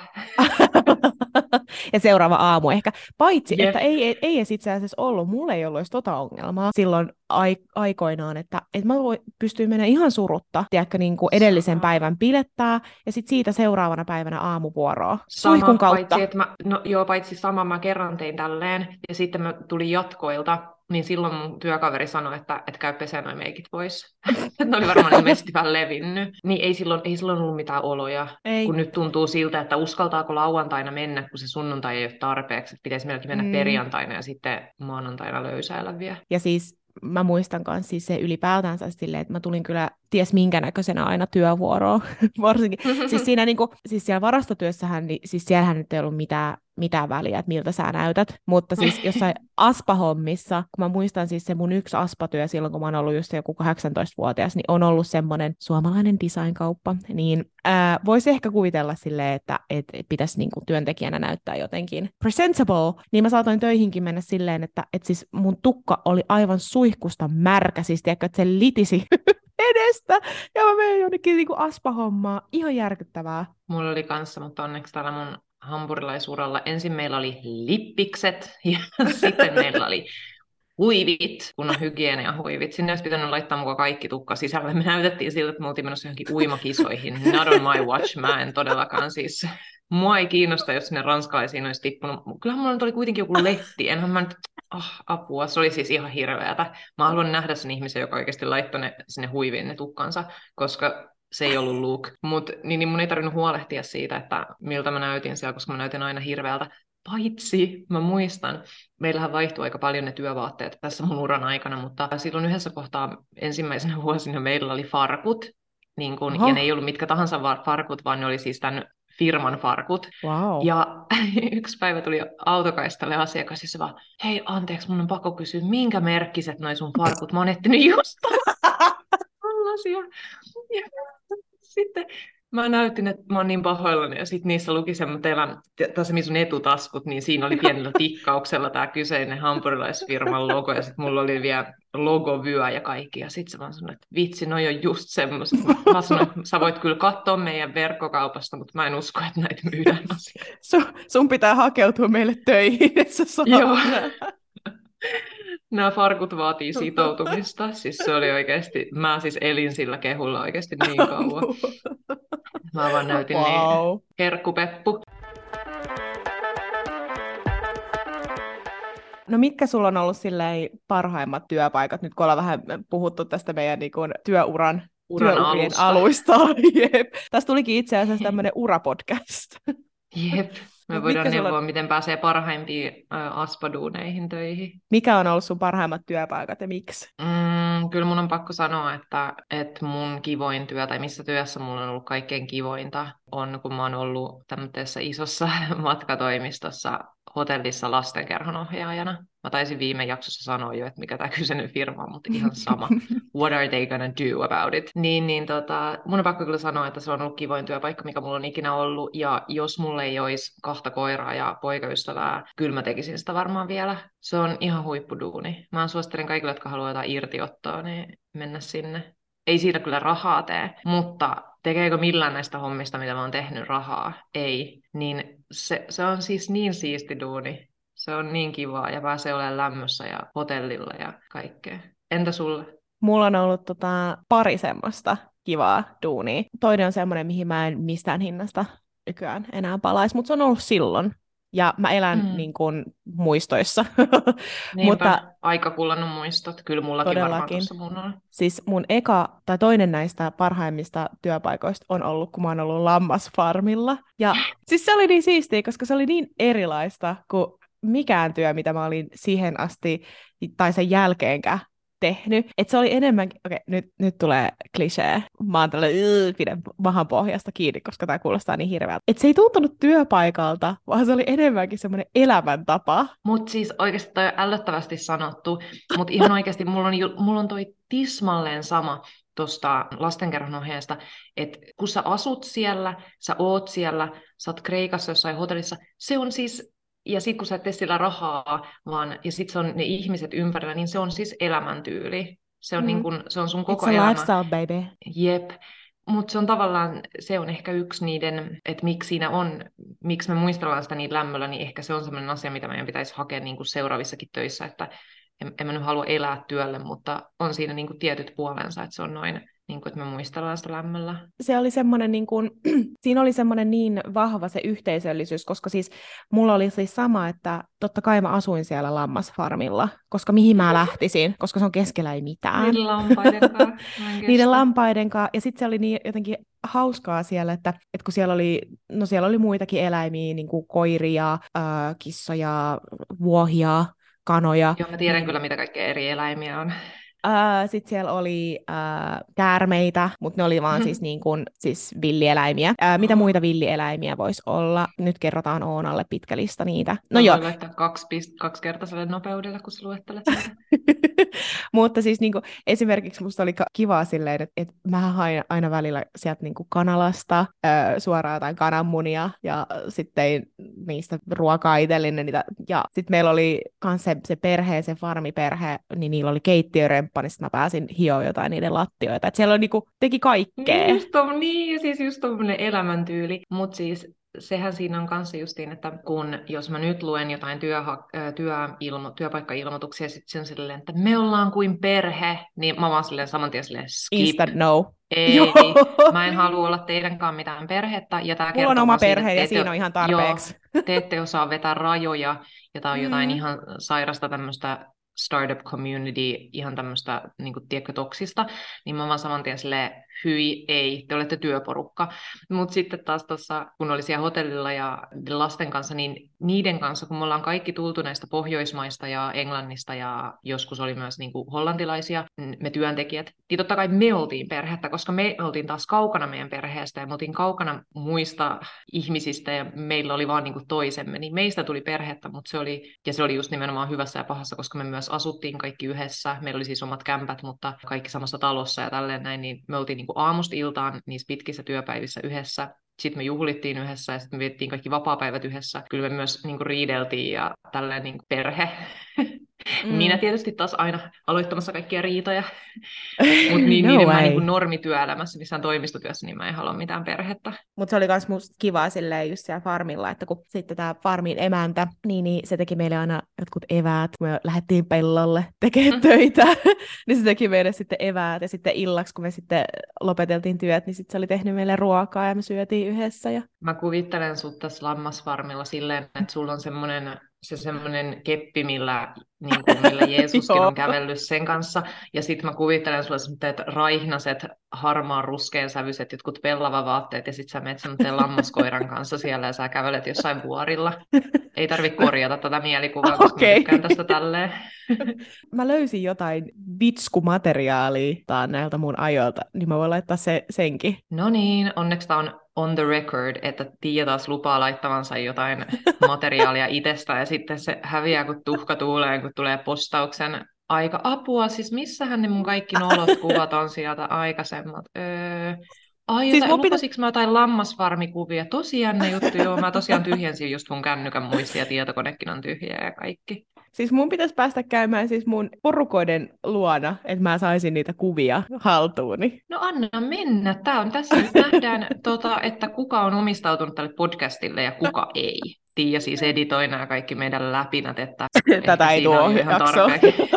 Ja seuraava aamu ehkä. Paitsi, että ei edes itse asiassa ollut. Mulla ei ollut edes tota ongelmaa silloin aikoinaan, että mä pystyin mennä ihan surutta, tiedätkö, niin kuin edellisen päivän pilettää, ja sitten siitä seuraavana päivänä aamuvuoroa. Suihkun kautta. Paitsi sama mä kerran tein tälleen, ja sitten mä tulin jatkoilta, niin silloin mun työkaveri sanoi, että käy pesää noi meikit pois. Ne oli varmaan ilmeisesti vähän levinnyt. Niin ei silloin ollut mitään oloja, kun nyt tuntuu siltä, että uskaltaako lauantaina mennä, kun se sunnuntai ei ole tarpeeksi. Että pitäisi melkein mennä perjantaina ja sitten maanantaina löysäillä vielä. Ja siis mä muistan myös siis se ylipäätänsä silleen, että mä tulin kyllä ties minkä näköisenä aina työvuoroon, varsinkin. Siis siinä niinku, siis siellä varastotyössähän, niin siis siellähän nyt ei ollut mitään väliä, että miltä sä näytät, mutta siis jossain aspahommissa, kun mä muistan siis se mun yksi aspatyö silloin, kun mä oon ollut just joku 18-vuotias, niin on ollut semmoinen suomalainen designkauppa, niin voisi ehkä kuvitella silleen, että pitäisi niinku työntekijänä näyttää jotenkin presentable, niin mä saatoin töihinkin mennä silleen, että siis mun tukka oli aivan suihkusta märkä, siis tiedätkö, että se litisi edestä, ja mä menin jonnekin niinku aspahommaa, ihan järkyttävää. Mulla oli kanssa, mutta onneksi täällä mun hampurilaisuuralla ensin meillä oli lippikset ja sitten meillä oli huivit, kunnon hygieniahuivit. Sinne olisi pitänyt laittaa mukaan kaikki tukka sisälle. Me näytettiin siltä, että me oltiin menossa johonkin uimakisoihin. Not on my watch, mä en todellakaan siis. Mua ei kiinnosta, jos sinne ranskalaisiin olisi tippunut. Kyllähän mulla nyt oli kuitenkin joku letti. Enhän mä nyt, apua, se oli siis ihan hirveätä. Mä haluan nähdä sen ihmisen, joka oikeasti laittoi sinne huiviin ne tukkansa, koska se ei ollut look. Mutta niin mun ei tarvinnut huolehtia siitä, että miltä mä näytin siellä, koska mä näytin aina hirveältä. Paitsi, mä muistan, meillähän vaihtui aika paljon ne työvaatteet tässä mun uran aikana, mutta silloin yhdessä kohtaa ensimmäisenä vuosina meillä oli farkut, niin kun, ja ne ei ollut mitkä tahansa farkut, vaan ne oli siis tämän firman farkut. Wow. Ja yksi päivä tuli autokaistalle asiakas ja se vaan, hei anteeksi, mun on pakko kysyä, minkä merkkiset noi sun farkut? Mä oon etsinyt just tällaisia. Ja sitten mä näytin, että mä oon niin pahoillani, ja sitten niissä luki semmoinen, tässä sun etutaskut, niin siinä oli pienellä tikkauksella tämä kyseinen hampurilaisfirman logo, ja sitten mulla oli vielä logovyö ja kaikki, ja sitten se vaan sanoi, että vitsi, noi on just semmoiset. Mä sanoin, että sä voit kyllä katsoa meidän verkkokaupasta, mutta mä en usko, että näitä myydään asiaan. Sun pitää hakeutua meille töihin, että sä saat. Joo. Nämä farkut vaatii sitoutumista. Siis se oli oikeasti, mä siis elin sillä kehulla oikeasti niin kauan. Mä vaan näytin niin herkkupeppu. No mitkä sulla on ollut silleen parhaimmat työpaikat, nyt kun ollaan vähän puhuttu tästä meidän niin kuin työurien alusta. Jep. Tästä tulikin itse asiassa tämmöinen urapodcast. Jep. Me voidaan neuvoa, miten pääsee parhaimpiin aspaduuneihin töihin. Mikä on ollut sun parhaimmat työpaikat ja miksi? Kyllä mun on pakko sanoa, että mun kivoin työ, tai missä työssä mulla on ollut kaikkein kivointa, on kun mä oon ollut tämmöisessä isossa matkatoimistossa hotellissa lastenkerhonohjaajana. Mä taisin viime jaksossa sanoa jo, että mikä tämä kyseinen firma on, mutta ihan sama. What are they gonna do about it? Mun on pakko kyllä sanoa, että se on ollut kivoin työpaikka, mikä mulla on ikinä ollut. Ja jos mulla ei olisi 2 koiraa ja poikaystävää, kyllä mä tekisin sitä varmaan vielä. Se on ihan huippuduuni. Mä suosittelen kaikille, jotka haluaa jotain irtiottoa, niin mennä sinne. Ei siitä kyllä rahaa tee, mutta tekeekö millään näistä hommista, mitä mä oon tehnyt, rahaa? Ei. Niin se on siis niin siisti duuni. Se on niin kivaa ja pääsee olemaan lämmössä ja hotellilla ja kaikkea. Entä sulle? Mulla on ollut pari semmoista kivaa duunia. Toinen on semmoinen, mihin mä en mistään hinnasta nykyään enää palaisi, mutta se on ollut silloin. Ja mä elän niin kuin muistoissa. Niinpä, mutta aika kullannut muistot. Kyllä mullakin todellakin. Varmaan tuossa mun on. Siis mun toinen näistä parhaimmista työpaikoista on ollut, kun mä oon ollut lammasfarmilla. Ja siis se oli niin siistiä, koska se oli niin erilaista kuin mikään työ, mitä mä olin siihen asti tai sen jälkeenkään tehnyt. Että se oli enemmänkin, nyt tulee klisee. Mä oon tällainen, pidän mahan pohjasta kiinni, koska tää kuulostaa niin hirveältä. Että se ei tuntunut työpaikalta, vaan se oli enemmänkin semmoinen elämäntapa. Mut siis oikeasti toi on ällöttävästi sanottu, mutta ihan oikeasti mulla on toi tismalleen sama tuosta lastenkerhonohjeesta, että kun sä asut siellä, sä oot siellä, sä oot Kreikassa jossain hotellissa, se on siis. Ja sitten kun sä et tee sillä rahaa, ja sitten se on ne ihmiset ympärillä, niin se on siis elämäntyyli. Se on, niin kun, se on sun koko elämä. It's a lifestyle, baby. Jep. Mutta se on tavallaan, se on ehkä yksi niiden, että miksi me muistellaan sitä niin lämmöllä, niin ehkä se on sellainen asia, mitä meidän pitäisi hakea niin kuin seuraavissakin töissä, että en mä nyt halua elää työlle, mutta on siinä niin kuin tietyt puolensa, että se on noin, niin kuin, että me muistellaan sitä lämmöllä. Se oli semmoinen, niin kuin, siinä oli semmoinen niin vahva se yhteisöllisyys, koska siis mulla oli siis sama, että totta kai mä asuin siellä lammasfarmilla, koska mihin mä lähtisin, koska se on keskellä ei mitään. Niiden lampaidenkaan. Niiden lampaidenkaan. Ja sitten se oli niin jotenkin hauskaa siellä, että kun siellä oli muitakin eläimiä, niin kuin koiria, kissoja, vuohia, kanoja. Joo, mä tiedän kyllä, mitä kaikkea eri eläimiä on. Sitten siellä oli käärmeitä, mutta ne oli vaan siis villieläimiä. Mitä muita villieläimiä voisi olla? Nyt kerrotaan Oonalle pitkä lista niitä. No joo. Voi laittaa 2-kertaiselle nopeudella, kun sä luettelet sitä. Mutta siis esimerkiksi musta oli kivaa silleen, että mä hain aina välillä sieltä kanalasta suoraan jotain kananmunia ja sitten niistä ruokaa itsellinen niitä. Ja sitten meillä oli myös se perhe, se farmiperhe, niin niillä oli keittiöremppa, niin sitten mä pääsin hioa jotain niiden lattioita. Että siellä teki kaikkea. Siis just tommoinen elämäntyyli. Mutta siis sehän siinä on kanssa justiin, että jos mä nyt luen jotain työpaikkailmoituksia, sitten se on silleen, että me ollaan kuin perhe, niin mä vaan silleen saman tien silleen skip. Instant no. Ei, mä en halua olla teidänkään mitään perhettä. Ja tää mulla on oma perhe ja siinä on ihan tarpeeksi. Joo, te ette osaa vetää rajoja, ja tää on jotain ihan sairasta tämmöistä startup community, ihan tämmöistä, niin kuin, tiedätkö, toksista, niin mä vaan saman tien silleen, hyi, ei, te olette työporukka. Mutta sitten taas tuossa, kun oli siellä hotellilla ja lasten kanssa, niin niiden kanssa, kun me ollaan kaikki tultu näistä Pohjoismaista ja Englannista ja joskus oli myös niin kuin hollantilaisia, me työntekijät, niin totta kai me oltiin perhettä, koska me oltiin taas kaukana meidän perheestä ja me oltiin kaukana muista ihmisistä ja meillä oli vaan niin kuin toisemme, niin meistä tuli perhettä, mutta se oli just nimenomaan hyvässä ja pahassa, koska me myös asuttiin kaikki yhdessä, meillä oli siis omat kämpät, mutta kaikki samassa talossa ja tälleen näin, niin me oltiin niin kuin aamusta iltaan niissä pitkissä työpäivissä yhdessä. Sitten me juhlittiin yhdessä ja sitten me viettiin kaikki vapaapäivät yhdessä. Kyllä me myös niin kuin riideltiin ja tälleen niin kuin perhe. Minä tietysti taas aina aloittamassa kaikkia riitoja. Mutta niiden mä niin normityöelämässä, missään toimistotyössä, niin mä en halua mitään perhettä. Mutta se oli myös musta kivaa silleen just siellä farmilla, että kun sitten tämä farmin emäntä, niin se teki meille aina jotkut eväät, kun me lähdettiin pellolle tekemään töitä, niin se teki meille sitten eväät, ja sitten illaksi, kun me sitten lopeteltiin työt, niin sitten se oli tehnyt meille ruokaa, ja me syötiin yhdessä. Ja... Mä kuvittelen sut tässä lammasfarmilla silleen, että sulla on semmoinen keppi, millä Jeesuskin on kävellyt sen kanssa. Ja sitten mä kuvittelen sulle semmoiset raihnaset, harmaan ruskean sävyiset jotkut pellavavaatteet, ja sitten sä menet semmoisen lammaskoiran kanssa siellä, ja sä kävelet jossain vuorilla. Ei tarvitse korjata tätä mielikuvaa, koska mä tykkään tästä tälleen. Mä löysin jotain vitskumateriaalia näiltä mun ajoilta, niin mä voin laittaa senkin. No niin, onneksi tää on on the record, että Tiia taas lupaa laittavansa jotain materiaalia itsestä, ja sitten se häviää kuin tuhka tuuleen, kun tulee postauksen aika apua. Siis missähän ne mun kaikki nolot kuvat on sieltä aikaisemmat? Siis lupasiks mä jotain lammasfarmikuvia? Tosi jännä juttu, joo. Mä tosiaan tyhjensin just mun kännykän muistia, ja tietokonekin on tyhjä ja kaikki. Siis mun pitäisi päästä käymään siis mun porukoiden luona, että mä saisin niitä kuvia haltuuni. No anna mennä. Tässä nyt nähdään, että kuka on omistautunut tälle podcastille ja kuka ei. Tiia siis editoi nämä kaikki meidän läpinät, että tätä ei tuo jakso.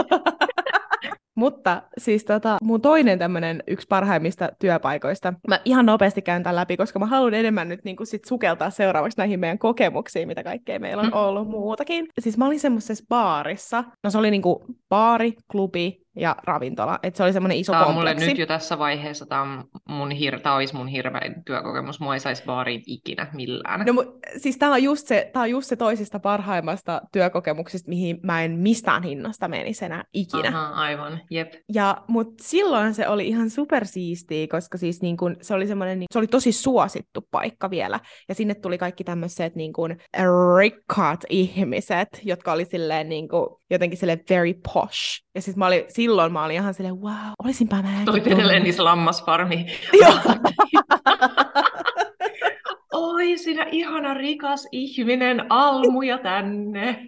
Mutta siis mun toinen tämmönen yksi parhaimmista työpaikoista, mä ihan nopeasti käyn tämän läpi, koska mä haluan enemmän nyt niin sit sukeltaa seuraavaksi näihin meidän kokemuksiin, mitä kaikkea meillä on ollut muutakin. Siis mä olin semmoisessa baarissa, no se oli niinku baari, klubi ja ravintola, että se oli semmoinen iso kompleksi. Tämä on mulle nyt jo tässä vaiheessa, tämä olisi mun hirvein työkokemus, mua ei saisi baariin ikinä millään. No siis tämä on just se toisista parhaimmasta työkokemuksista, mihin mä en mistään hinnasta menisi enää ikinä. Aha, aivan, jep. Mutta silloin se oli ihan supersiistiä, koska siis niin kun, se oli semmoinen, se oli tosi suosittu paikka vielä, ja sinne tuli kaikki tämmöiset niin kun rikkaat ihmiset, jotka oli silleen niin kun, jotenkin silleen very posh, ja siis silloin mä olin ihan silleen, wow, olisinpä mäkin. Olit edelleen niissä lammasfarmi. Oi, sinä ihana rikas ihminen, almuja tänne.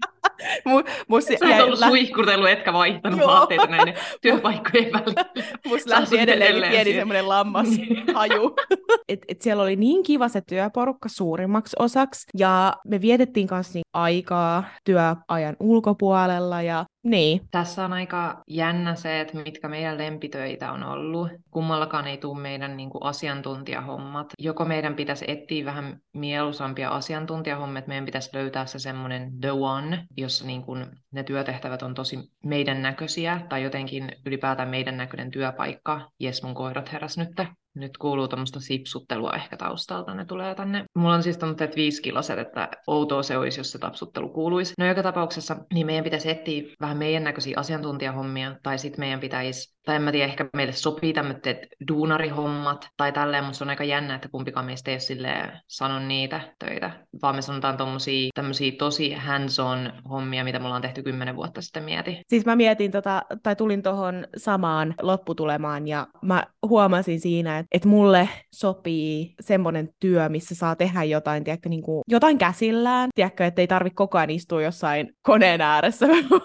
Sä et ollut suihkutellut, etkä vaihtanut vaatteita näiden työpaikkojen välillä. Musta lähti edelleen pieni semmoinen lammashaju. et siellä oli niin kiva se työporukka suurimmaksi osaksi, ja me vietettiin kanssa aikaa työajan ulkopuolella, ja niin. Tässä on aika jännä se, että mitkä meidän lempitöitä on ollut. Kummallakaan ei tule meidän asiantuntijahommat. Joko meidän pitäisi etsiä vähän mieluisampia asiantuntijahommia, että meidän pitäisi löytää se semmoinen the one, jossa ne työtehtävät on tosi meidän näköisiä, tai jotenkin ylipäätään meidän näköinen työpaikka. Jes, mun koirat heräs nyt. Nyt kuuluu tämmöistä sipsuttelua ehkä taustalta, ne tulee tänne. Mulla on siis tämmöiset 5-kiloset, että outoa se olisi, jos se tapsuttelu kuuluisi. No joka tapauksessa, niin meidän pitäisi etsiä vähän meidän näköisiä asiantuntijahommia, tai sitten meidän pitäisi, tai en mä tiedä, ehkä meille sopii tämmöiset duunarihommat, tai tälleen, mutta se on aika jännä, että kumpikaan meistä ei ole silleen sano niitä töitä, vaan me sanotaan tämmöisiä tosi hands-on hommia, mitä me ollaan tehty 10 vuotta sitten mieti. Siis mä mietin tai tulin tohon samaan lopputulemaan, ja mä huomasin siinä, että mulle sopii semmoinen työ, missä saa tehdä jotain, tiedätkö, jotain käsillään, tiedätkö, että ei tarvitse koko ajan istua jossain koneen ääressä.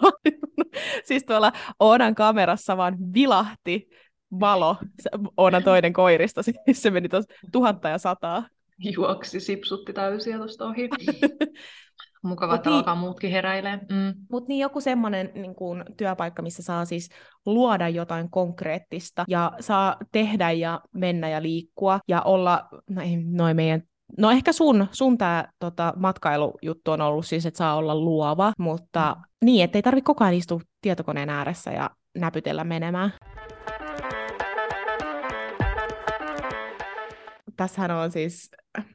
Siis tuolla Oonan kamerassa vaan vilahti valo Oonan toinen koirista, siis se meni tuossa 1100. Juoksi, sipsutti täysiä tuosta ohi. Mukava, että alkaa muutkin heräilee. Mutta niin joku semmoinen työpaikka, missä saa siis luoda jotain konkreettista ja saa tehdä ja mennä ja liikkua ja olla, no ehkä sun tämä matkailujuttu on ollut siis, että saa olla luova, mutta niin, ettei tarvitse koko ajan istua tietokoneen ääressä ja näpytellä menemään. tässähän on siis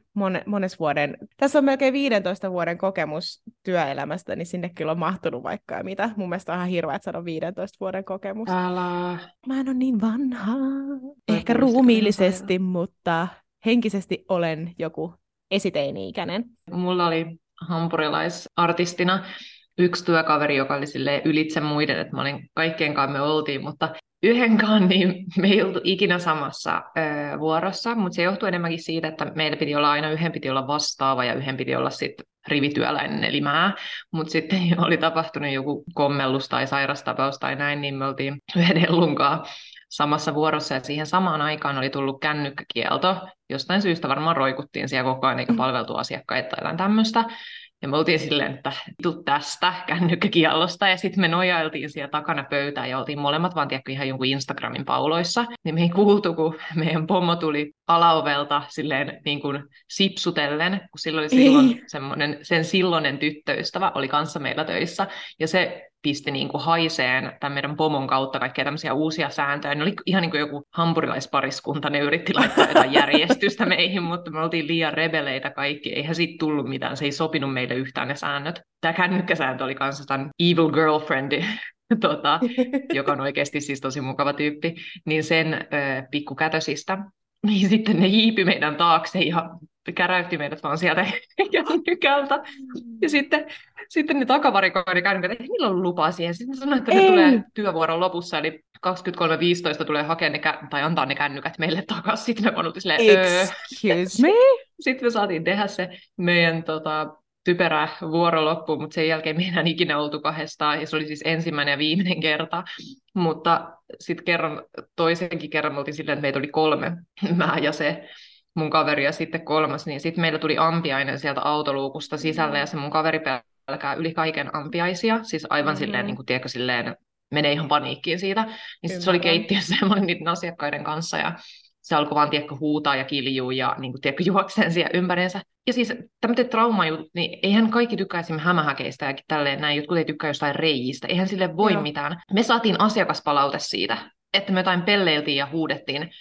tässä on melkein 15 vuoden kokemus työelämästä, niin sinne kyllä on mahtunut vaikka ja mitä. Mun mielestä on ihan hirveä, että sanon 15 vuoden kokemus. Älä. Mä en ole niin vanha. Toi Ehkä kuulosti kyllä ihan ruumiillisesti, mutta henkisesti olen joku esiteini-ikäinen. Mulla oli hampurilaisartistina yksi työkaveri, joka oli silleen ylitse muiden, että mä olin kaikkien me oltiin, mutta yhdenkaan niin me ei oltu ikinä samassa vuorossa, mutta se johtuu enemmänkin siitä, että meillä piti olla aina, yhden piti olla vastaava ja yhden piti olla sitten rivityöläinen eli mä, mutta sitten oli tapahtunut joku kommellus tai sairastapaus tai näin, niin me oltiin yhden Ellunkaan samassa vuorossa ja siihen samaan aikaan oli tullut kännykkäkielto. Jostain syystä varmaan roikuttiin siellä koko ajan eikä palveltu asiakkaita tai jotain tämmöistä. Ja me oltiin silleen, että tuu tästä kännykkäkiellosta, ja sitten me nojailtiin siellä takana pöytään, ja oltiin molemmat vaan tiedätkö, ihan jonkun Instagramin pauloissa. Niin me ei kuultu, kun meidän pommo tuli alaovelta silleen niin kuin sipsutellen, kun silloin sen silloinen tyttöystävä oli kanssa meillä töissä, ja se pisti niin kuin haiseen tämän meidän pomon kautta kaikkia tämmöisiä uusia sääntöjä. Ne oli ihan niin kuin joku hampurilaispariskunta, ne yritti laittaa jotain järjestystä meihin, mutta me oltiin liian rebeleitä kaikki. Eihän siitä tullut mitään, se ei sopinut meille yhtään ne säännöt. Tämä kännykkäsääntö oli kanssa tämän evil girlfriend, joka on oikeasti siis tosi mukava tyyppi, niin sen pikkukätösistä. Niin sitten ne hiipi meidän taakse ja käräytti meidät vaan sieltä kännykältä. Ja sitten ne takavarikoi ne kännykät, että niillä on lupa siihen. Sitten sanoi, että ne tulee työvuoron lopussa, eli 23.15 tulee hakea tai antaa ne kännykät meille takaisin. Sitten me oltiin silleen, excuse me? Sitten me saatiin tehdä se meidän typerä vuoro loppuun, mutta sen jälkeen me ei enää ikinä oltu kahdestaan, ja se oli siis ensimmäinen ja viimeinen kerta. Mutta sitten toisenkin kerran me oltiin silleen, että meitä oli 3, mä ja se mun kaveri ja sitten 3, niin sitten meillä tuli ampiainen sieltä autoluukusta sisälle, ja se mun kaveri pelkää yli kaiken ampiaisia, siis aivan silleen, niin kuin tiedätkö, silleen, menee ihan paniikkiin siitä. Niin sitten se oli keittiössä ja mä olin niiden asiakkaiden kanssa, ja se alkoi vaan, tiedätkö, huutaa ja kiljuu ja niin kuin, tiedätkö, juokseen siellä ympäriinsä. Ja siis tämmöiset traumajutut, niin eihän kaikki tykkää esimerkiksi hämähäkeistä ja tälleen näin, jotkut ei tykkää jostain reijistä, eihän sille voi mitään. Me saatiin asiakaspalaute siitä, että me jotain pelleiltiin ja huudettiin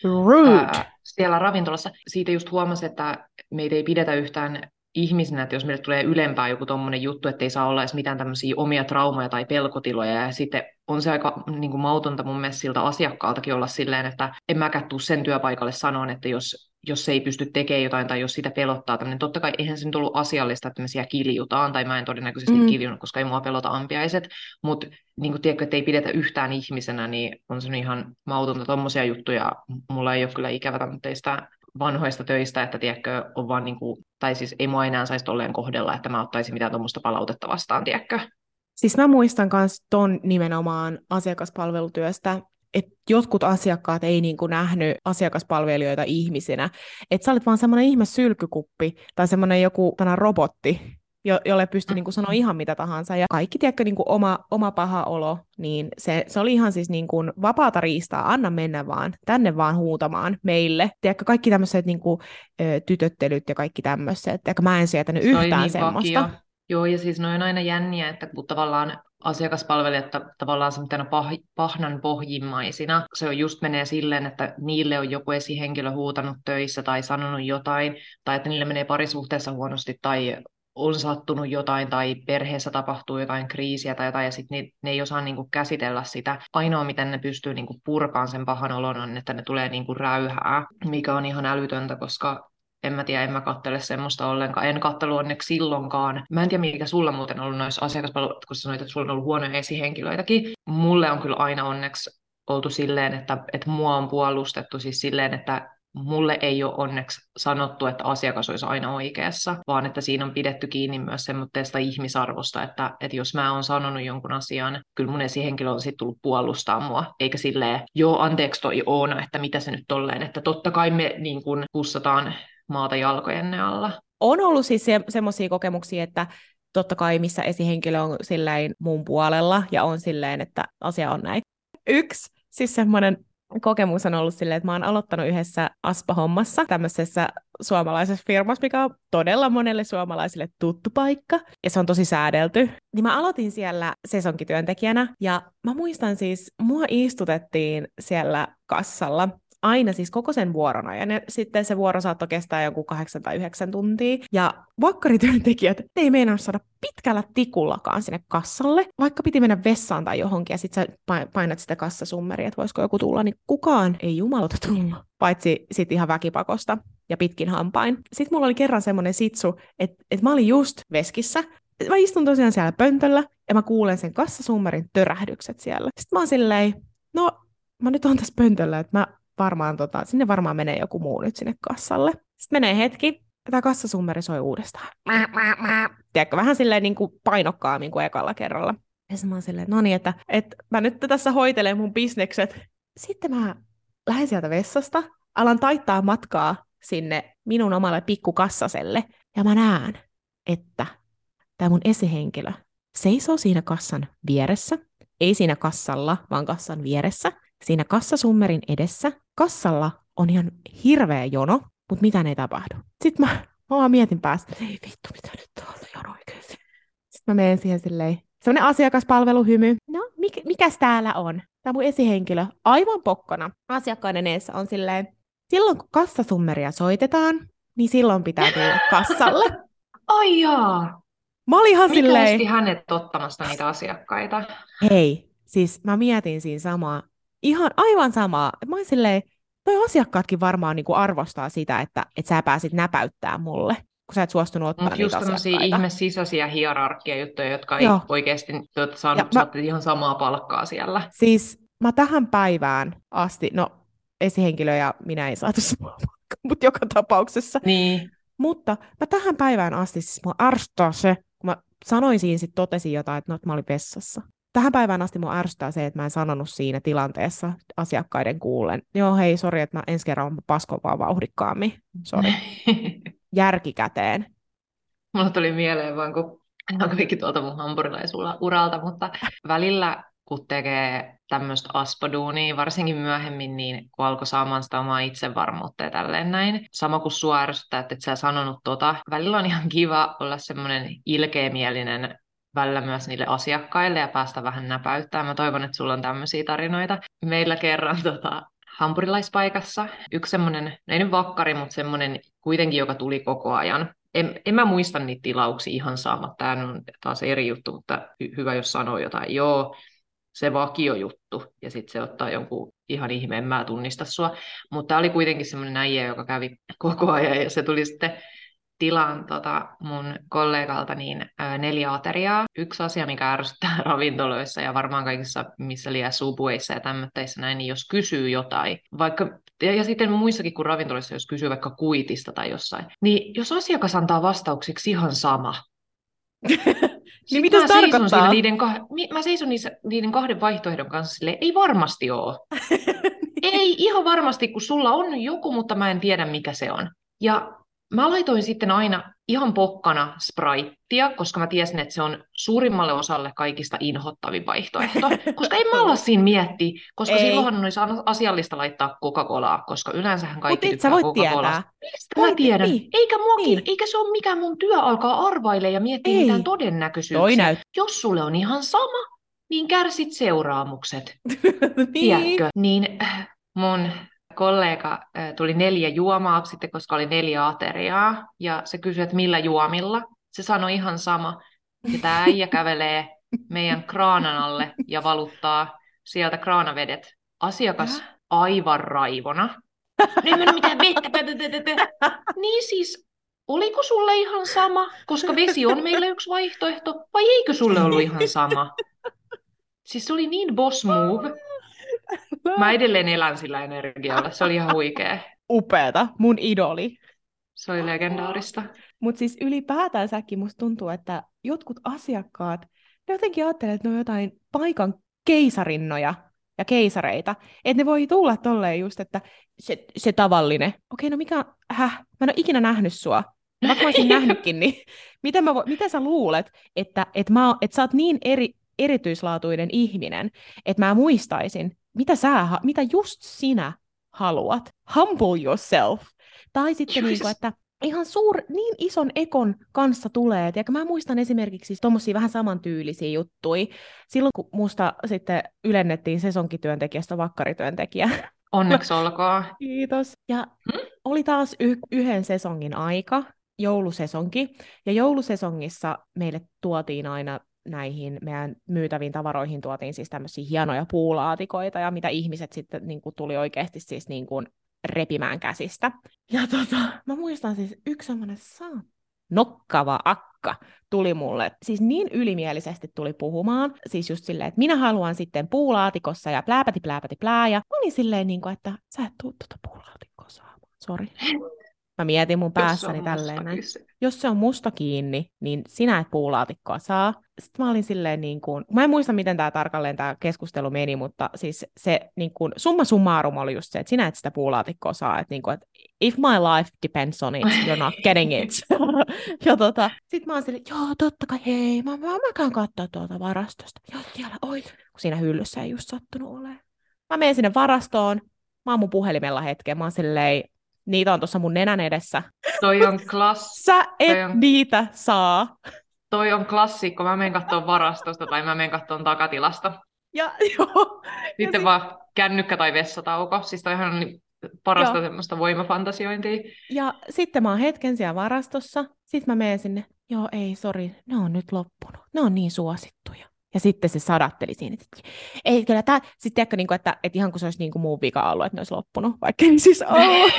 siellä ravintolassa. Siitä just huomasi, että meitä ei pidetä yhtään ihmisenä, että jos meille tulee ylempää joku tommonen juttu, että ei saa olla edes mitään tämmöisiä omia traumaja tai pelkotiloja, ja sitten on se aika niin kuin mautonta mun mielestä siltä asiakkaaltakin olla silleen, että en mäkään tule sen työpaikalle sanoon, että jos se ei pysty tekemään jotain tai jos sitä pelottaa tämmöinen, totta kai eihän se nyt ollut asiallista, että me siellä kiljutaan, tai mä en todennäköisesti kiljunut, koska ei mua pelota ampiaiset, mutta niin kuin tiedätkö, että ei pidetä yhtään ihmisenä, niin on se ihan mautonta tommosia juttuja. Mulla ei ole kyllä ikävä tämmöistä vanhoista töistä, että tiedätkö, on vaan niin kuin, tai siis ei mua enää saisi tolleen kohdella, että mä ottaisin mitään tuommoista palautetta vastaan, tiedätkö? Siis mä muistan myös ton nimenomaan asiakaspalvelutyöstä, että jotkut asiakkaat ei niinku nähnyt asiakaspalvelijoita ihmisinä. Että sä olet vaan semmoinen ihme sylkykuppi tai semmoinen joku robotti, jolle pystyi niinku sanoa ihan mitä tahansa. Ja kaikki, tiedätkö, niinku oma paha olo, niin se oli ihan siis niinku vapaata riistaa, anna mennä vaan, tänne vaan huutamaan meille. Tiedätkö, kaikki tämmöiset niinku, tytöttelyt ja kaikki tämmöiset. Tiedätkö, mä en sietänyt yhtään niin semmoista. Vakio. Joo, ja siis ne on aina jänniä, että kun tavallaan asiakaspalvelijat tavallaan semmoinen pahnan pohjimmaisina, se on just menee silleen, että niille on joku esihenkilö huutanut töissä tai sanonut jotain, tai että niille menee parisuhteessa huonosti, tai on sattunut jotain, tai perheessä tapahtuu jotain kriisiä tai jotain, ja sitten ne ei osaa niinku käsitellä sitä. Ainoa, miten ne pystyy niinku purkaan sen pahan olon, on, että ne tulee niinku räyhää, mikä on ihan älytöntä, koska en mä tiedä, en mä kattele semmoista ollenkaan. En kattelu onneksi silloinkaan. Mä en tiedä, mikä sulla muuten on ollut noissa asiakaspalveluissa, kun sanoit, että sulla on ollut huonoja esihenkilöitäkin. Mulle on kyllä aina onneksi oltu silleen, että mua on puolustettu siis silleen, että mulle ei ole onneksi sanottu, että asiakas olisi aina oikeassa, vaan että siinä on pidetty kiinni myös semmoista ihmisarvosta, että jos mä oon sanonut jonkun asian, kyllä mun esihenkilö on sitten tullut puolustaa mua, eikä silleen, joo, anteeksi toi Oona, että mitä se nyt tolleen, että totta kai me niin kun pussataan maata jalkojenne alla. On ollut siis semmoisia kokemuksia, että totta kai missä esihenkilö on silleen mun puolella ja on silleen, että asia on näin. Yksi siis semmoinen kokemus on ollut silleen, että mä oon aloittanut yhdessä Aspa-hommassa, tämmöisessä suomalaisessa firmassa, mikä on todella monelle suomalaisille tuttu paikka, ja se on tosi säädelty. Niin mä aloitin siellä sesonkityöntekijänä, ja mä muistan siis, mua istutettiin siellä kassalla aina siis koko sen vuoron ajan. Ja sitten se vuoro saattoi kestää joku 8 tai 9 tuntia. Ja vakkarityöntekijät ei meinannut saada pitkällä tikullakaan sinne kassalle, vaikka piti mennä vessaan tai johonkin, ja sitten sä painat sitä kassasummeria, että voisiko joku tulla, niin kukaan ei jumalauta tulla, paitsi sitten ihan väkipakosta ja pitkin hampain. Sitten mulla oli kerran semmoinen sitsu, että mä olin just veskissä. Mä istun tosiaan siellä pöntöllä, ja mä kuulen sen kassasummerin törähdykset siellä. Sitten mä oon silleen, no, mä nyt oon tässä pöntöllä, että mä varmaan sinne varmaan menee joku muu nyt sinne kassalle. Sitten menee hetki, tämä kassasummeri soi uudestaan. Tiedätkö, vähän silleen niin kuin painokkaammin kuin ekalla kerralla. Ja sitten mä oon silleen, no niin, että mä nyt tässä hoitelen mun bisnekset. Sitten mä lähden sieltä vessasta, alan taittaa matkaa sinne minun omalle pikkukassaselle, ja mä näen, että tämä mun esihenkilö seisoo siinä kassan vieressä, ei siinä kassalla, vaan kassan vieressä, siinä kassasummerin edessä. Kassalla on ihan hirveä jono, mutta mitään ei tapahdu. Sitten mä vaan mietin päästä, ei vittu, mitä nyt tuolla jono oikeasti. Sitten mä menen siihen silleen, semmoinen asiakaspalveluhymy. No, mikäs täällä on? Tämä mun esihenkilö aivan pokkona asiakkaiden edessä on silleen, silloin kun kassasummeria soitetaan, niin silloin pitää tulla kassalle. Ai jaa. Mä olin ihan Mikä silleen, esti hänet ottamasta niitä asiakkaita? hei, siis mä mietin siinä samaa, ihan aivan samaa. Mä olin silleen, toi asiakkaatkin varmaan niinku arvostaa sitä, että sä pääsit näpäyttää mulle, kun sä et suostunut ottaa niitä asiakkaita. Mutta just tämmöisiä ihme sisäisiä hierarkia-juttuja, jotka ei oikeasti saatte ihan samaa palkkaa siellä. Siis mä tähän päivään asti, no esihenkilö ja minä ei saatu samaa palkkaa, mutta joka tapauksessa. Niin. Mutta mä tähän päivään asti, siis mua ärsyttää se, kun mä sanoin siinä, sit totesin jotain, että no, että mä olin vessassa. Tähän päivään asti mua ärsyttää se, että mä en sanonut siinä tilanteessa asiakkaiden kuullen. Joo, hei, sori, että mä ensi kerralla paskon vaan vauhdikkaammin. Sori. Järkikäteen. Mulla tuli mieleen vaan, kun on kaikki tuolta mun hampurilaisuuralta, mutta välillä kun tekee tämmöistä aspaduunia, varsinkin myöhemmin, niin kun alkoi saamaan sitä omaa itsevarmuutta ja tälleen näin. Sama kuin sua ärsyttää, että et sä sanonut Välillä on ihan kiva olla semmoinen ilkeämielinen välillä myös niille asiakkaille ja päästä vähän näpäyttämään. Mä toivon, että sulla on tämmöisiä tarinoita. Meillä kerran hampurilaispaikassa yksi semmoinen, ei nyt vakkari, mutta semmoinen kuitenkin, joka tuli koko ajan. En mä muista niitä tilauksia ihan saamatta. Tämä on taas eri juttu, mutta hyvä, jos sanoo jotain. Joo, se vakiojuttu, ja sitten se ottaa jonkun ihan ihmeen, mä tunnista sua. Mutta tämä oli kuitenkin semmoinen äijä, joka kävi koko ajan, ja se tuli sitten tilaan mun kollegalta 4 ateriaa. Yksi asia, mikä ärsyttää ravintoloissa ja varmaan kaikissa, missä liian Subwayssa ja tämmöisissä näin, niin jos kysyy jotain, ja sitten muissakin kuin ravintoloissa, jos kysyy vaikka kuitista tai jossain, niin jos asiakas antaa vastauksiksi ihan sama, niin mitä se tarkoittaa? Mä seison niiden 2 vaihtoehdon kanssa silleen, ei varmasti ole. Ei ihan varmasti, kun sulla on joku, mutta mä en tiedä mikä se on. Ja mä laitoin sitten aina ihan pokkana Spritea, koska mä tiesin, että se on suurimmalle osalle kaikista inhottavin vaihtoehto. Koska en mä ala siinä miettiä, koska silloinhan olisi asiallista laittaa Coca-Colaa, koska yleensähän kaikki tykkää Coca-Colasta. Mistä mä tiedän? Niin. Eikä se ole mikään mun työ alkaa arvailla ja miettiä mitään todennäköisyyksiä. Jos sulle on ihan sama, niin kärsit seuraamukset. Tiedätkö? Niin mun kollega tuli 4 juomaa sitten, koska oli 4 ateriaa, ja se kysyi, että millä juomilla. Se sanoi ihan sama. Ja tämä äijä kävelee meidän kraanan alle ja valuttaa sieltä kraanavedet. Asiakas aivan raivona. Ei mennyt mitään vettä. Niin siis, oliko sulle ihan sama? Koska vesi on meille yksi vaihtoehto, vai eikö sulle ollut ihan sama? Siis se oli niin boss move. Mä edelleen elän sillä energialla. Se oli ihan huikea. Upeeta. Mun idoli. Se oli legendaarista. Mutta siis ylipäätänsäkin musta tuntuu, että jotkut asiakkaat, ne jotenkin ajattelee, että ne on jotain paikan keisarinnoja ja keisareita. Että ne voi tulla tolleen just, että se tavallinen. Okei, no mä en ole ikinä nähnyt sua. Vaikka mä olisin nähnytkin, niin miten sä luulet, että sä oot niin erityislaatuinen ihminen, että mä muistaisin, mitä just sinä haluat. Humble yourself. Tai sitten, että niin ison ekon kanssa tulee. Ja mä muistan esimerkiksi tommosia vähän samantyylisiä juttuja. Silloin kun musta sitten ylennettiin sesonkityöntekijästä vakkarityöntekijä. Onneksi olkoon. Kiitos. Ja oli taas yhden sesongin aika, joulusesonki. Ja joulusesongissa meille tuotiin aina näihin meidän myytäviin tavaroihin tuotiin siis tämmöisiä hienoja puulaatikoita, ja mitä ihmiset sitten niin kuin, tuli oikeasti siis niin kuin, repimään käsistä. Ja mä muistan siis yksi semmoinen nokkava akka tuli mulle, siis niin ylimielisesti tuli puhumaan, siis just silleen, että minä haluan sitten puulaatikossa ja plääpäti plääpäti plää, ja mä olin silleen, niin kuin, että sä et tuu puulaatikkoa saamaan, sori. Mä mietin mun päässäni tälleen näin. Jos se on musta kiinni, niin sinä et puulaatikkoa saa. Sitten mä olin silleen niin kuin, mä en muista miten tää tarkalleen tää keskustelu meni, mutta siis se niin kuin, summa summarum oli just se, että sinä et sitä puulaatikkoa saa. Että, niin kuin, että if my life depends on it, you're not getting it. Ja sit mä oon silleen, joo totta kai, hei, mä käyn katsoa tuolta varastosta. Joo siellä, oi, kun siinä hyllyssä ei just sattunut olemaan. Mä menen sinne varastoon, mä oon mun puhelimella hetken, mä oon silleen, niitä on tuossa mun nenän edessä. Toi on Sä et niitä saa. Toi on klassikko. Mä menen katsomaan varastosta tai mä menen katsomaan takatilasta. Ja, joo. Sitten vaan kännykkä tai vessatauko. Siis toi on parasta semmoista voimafantasiointia. Ja sitten mä oon hetken siellä varastossa. Sitten mä menen sinne. Joo, ei, sori, ne on nyt loppunut. Ne on niin suosittuja. Ja sitten se sadatteli siinä, että ei kyllä tämä, sitten tiedätkö, niin kuin, että ihan kuin se olisi niin kuin muun vika ollut, että ne olisi loppunut, vaikka ei siis ollut.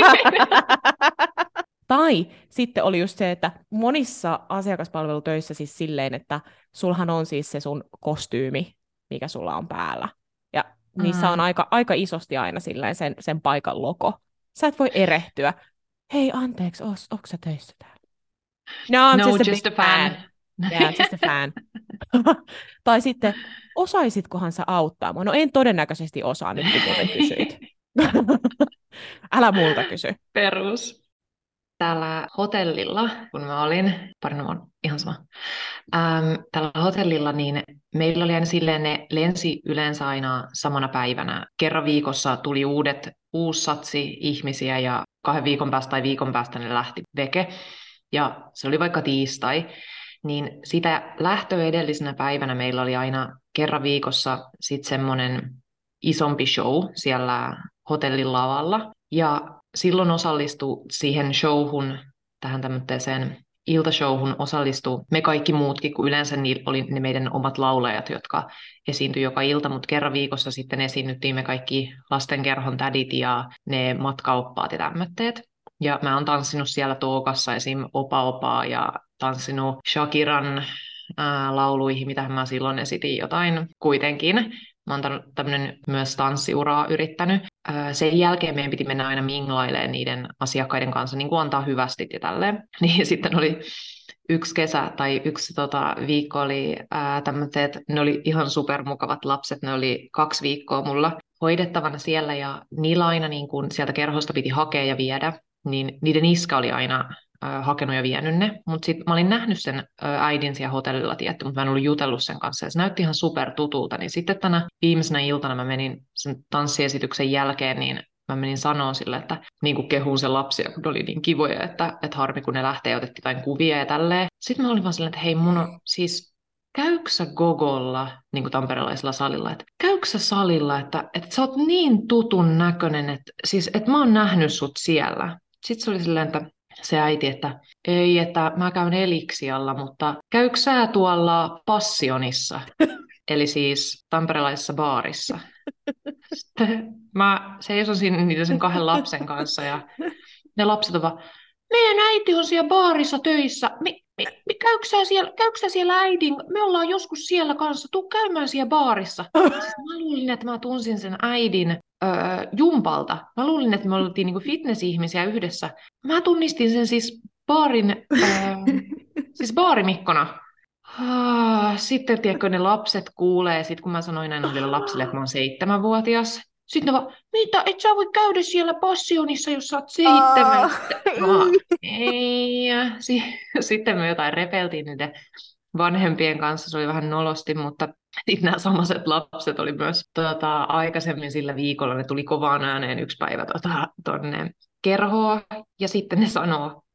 Tai sitten oli just se, että monissa asiakaspalvelutöissä siis silleen, että sulhan on siis se sun kostyymi, mikä sulla on päällä. Ja niissä on aika isosti aina silleen sen paikan logo. Sä et voi erehtyä. Hei, anteeksi, onko sä töissä täällä? No, I'm just a fan. Yeah, just a fan. Tai sitten, osaisitkohan sä auttaa mua? No en todennäköisesti osaa nyt, kun muuten kysyit. Älä multa kysy. Perus. Täällä hotellilla, kun mä olin, on ihan sama. Tällä hotellilla, niin meillä oli aina silleen, ne lensi yleensä aina samana päivänä. Kerran viikossa tuli uusi satsi ihmisiä ja 2 viikon päästä tai viikon päästä ne lähti veke. Ja se oli vaikka tiistai. Niin sitä lähtöä edellisenä päivänä meillä oli aina kerran viikossa sitten semmoinen isompi show siellä hotellin lavalla. Ja silloin osallistui siihen showhun, tähän tämmöiseen iltashowhun osallistui me kaikki muutkin, kun yleensä oli ne meidän omat laulajat, jotka esiintyi joka ilta, mutta kerran viikossa sitten esiinnyttiin me kaikki lastenkerhon tädit ja ne matkaoppaat ja tämmöitteet. Ja mä oon tanssinut siellä tookassa esim. Opa ja tanssinut Shakiran lauluihin, mitä mä silloin esitin jotain kuitenkin. Mä oon tämmöinen myös tanssiuraa yrittänyt. Sen jälkeen meidän piti mennä aina minglailemaan niiden asiakkaiden kanssa, niin kuin antaa hyvästit ja tälleen. Niin sitten oli yksi kesä tai yksi viikko oli tämmöiset, ne oli ihan supermukavat lapset, ne oli 2 viikkoa mulla hoidettavana siellä ja niillä aina niin kun sieltä kerhosta piti hakea ja viedä, niin niiden iskä oli aina hakenut ja vienyt ne, mutta sitten mä olin nähnyt sen äidin siellä hotellilla, tietty, mutta mä en ollut jutellut sen kanssa, ja se näytti ihan super tutulta, niin sitten tänä viimeisenä iltana mä menin sen tanssiesityksen jälkeen, niin mä menin sanoa sille, että niin kuin kehuun sen lapsia, kun ne oli niin kivoja, että harmi kun ne lähtee ja otettiin jotain kuvia ja tälleen. Sitten mä olin vaan silleen, että hei mun on siis käyksä sä Gogolla, niin kuin tamperelaisella salilla, että käyksä sä salilla, että sä oot niin tutun näköinen, että mä oon nähnyt sut siellä. Sitten se oli silleen, että se äiti, että ei, että mä käyn Eliksialla, mutta käyksä sä tuolla Passionissa, eli siis tamperelaisessa baarissa. Sitten mä seisosin niiden sen 2 lapsen kanssa ja ne lapset ovat, meidän äiti on siellä baarissa töissä. Käykö sä siellä äidin? Me ollaan joskus siellä kanssa. Tuu käymään siellä baarissa. Siis mä luulin, että mä tunsin sen äidin jumpalta. Mä luulin, että me oltiin niinku fitness-ihmisiä yhdessä. Mä tunnistin sen siis siis baarimikkona. Sitten tiedätkö, ne lapset kuulee, sit kun mä sanoin näin noille lapsille, että mä oon 7-vuotias. Sitten ne vaan, mitä, et sä voi käydä siellä Passionissa, jos sä oot 7. Ei. Sitten me jotain repeltiin niiden vanhempien kanssa, se oli vähän nolosti, mutta sitten nämä samaset lapset oli myös aikaisemmin sillä viikolla, ne tuli kovaan ääneen yksi päivä tonne kerhoa, ja sitten ne sanoo,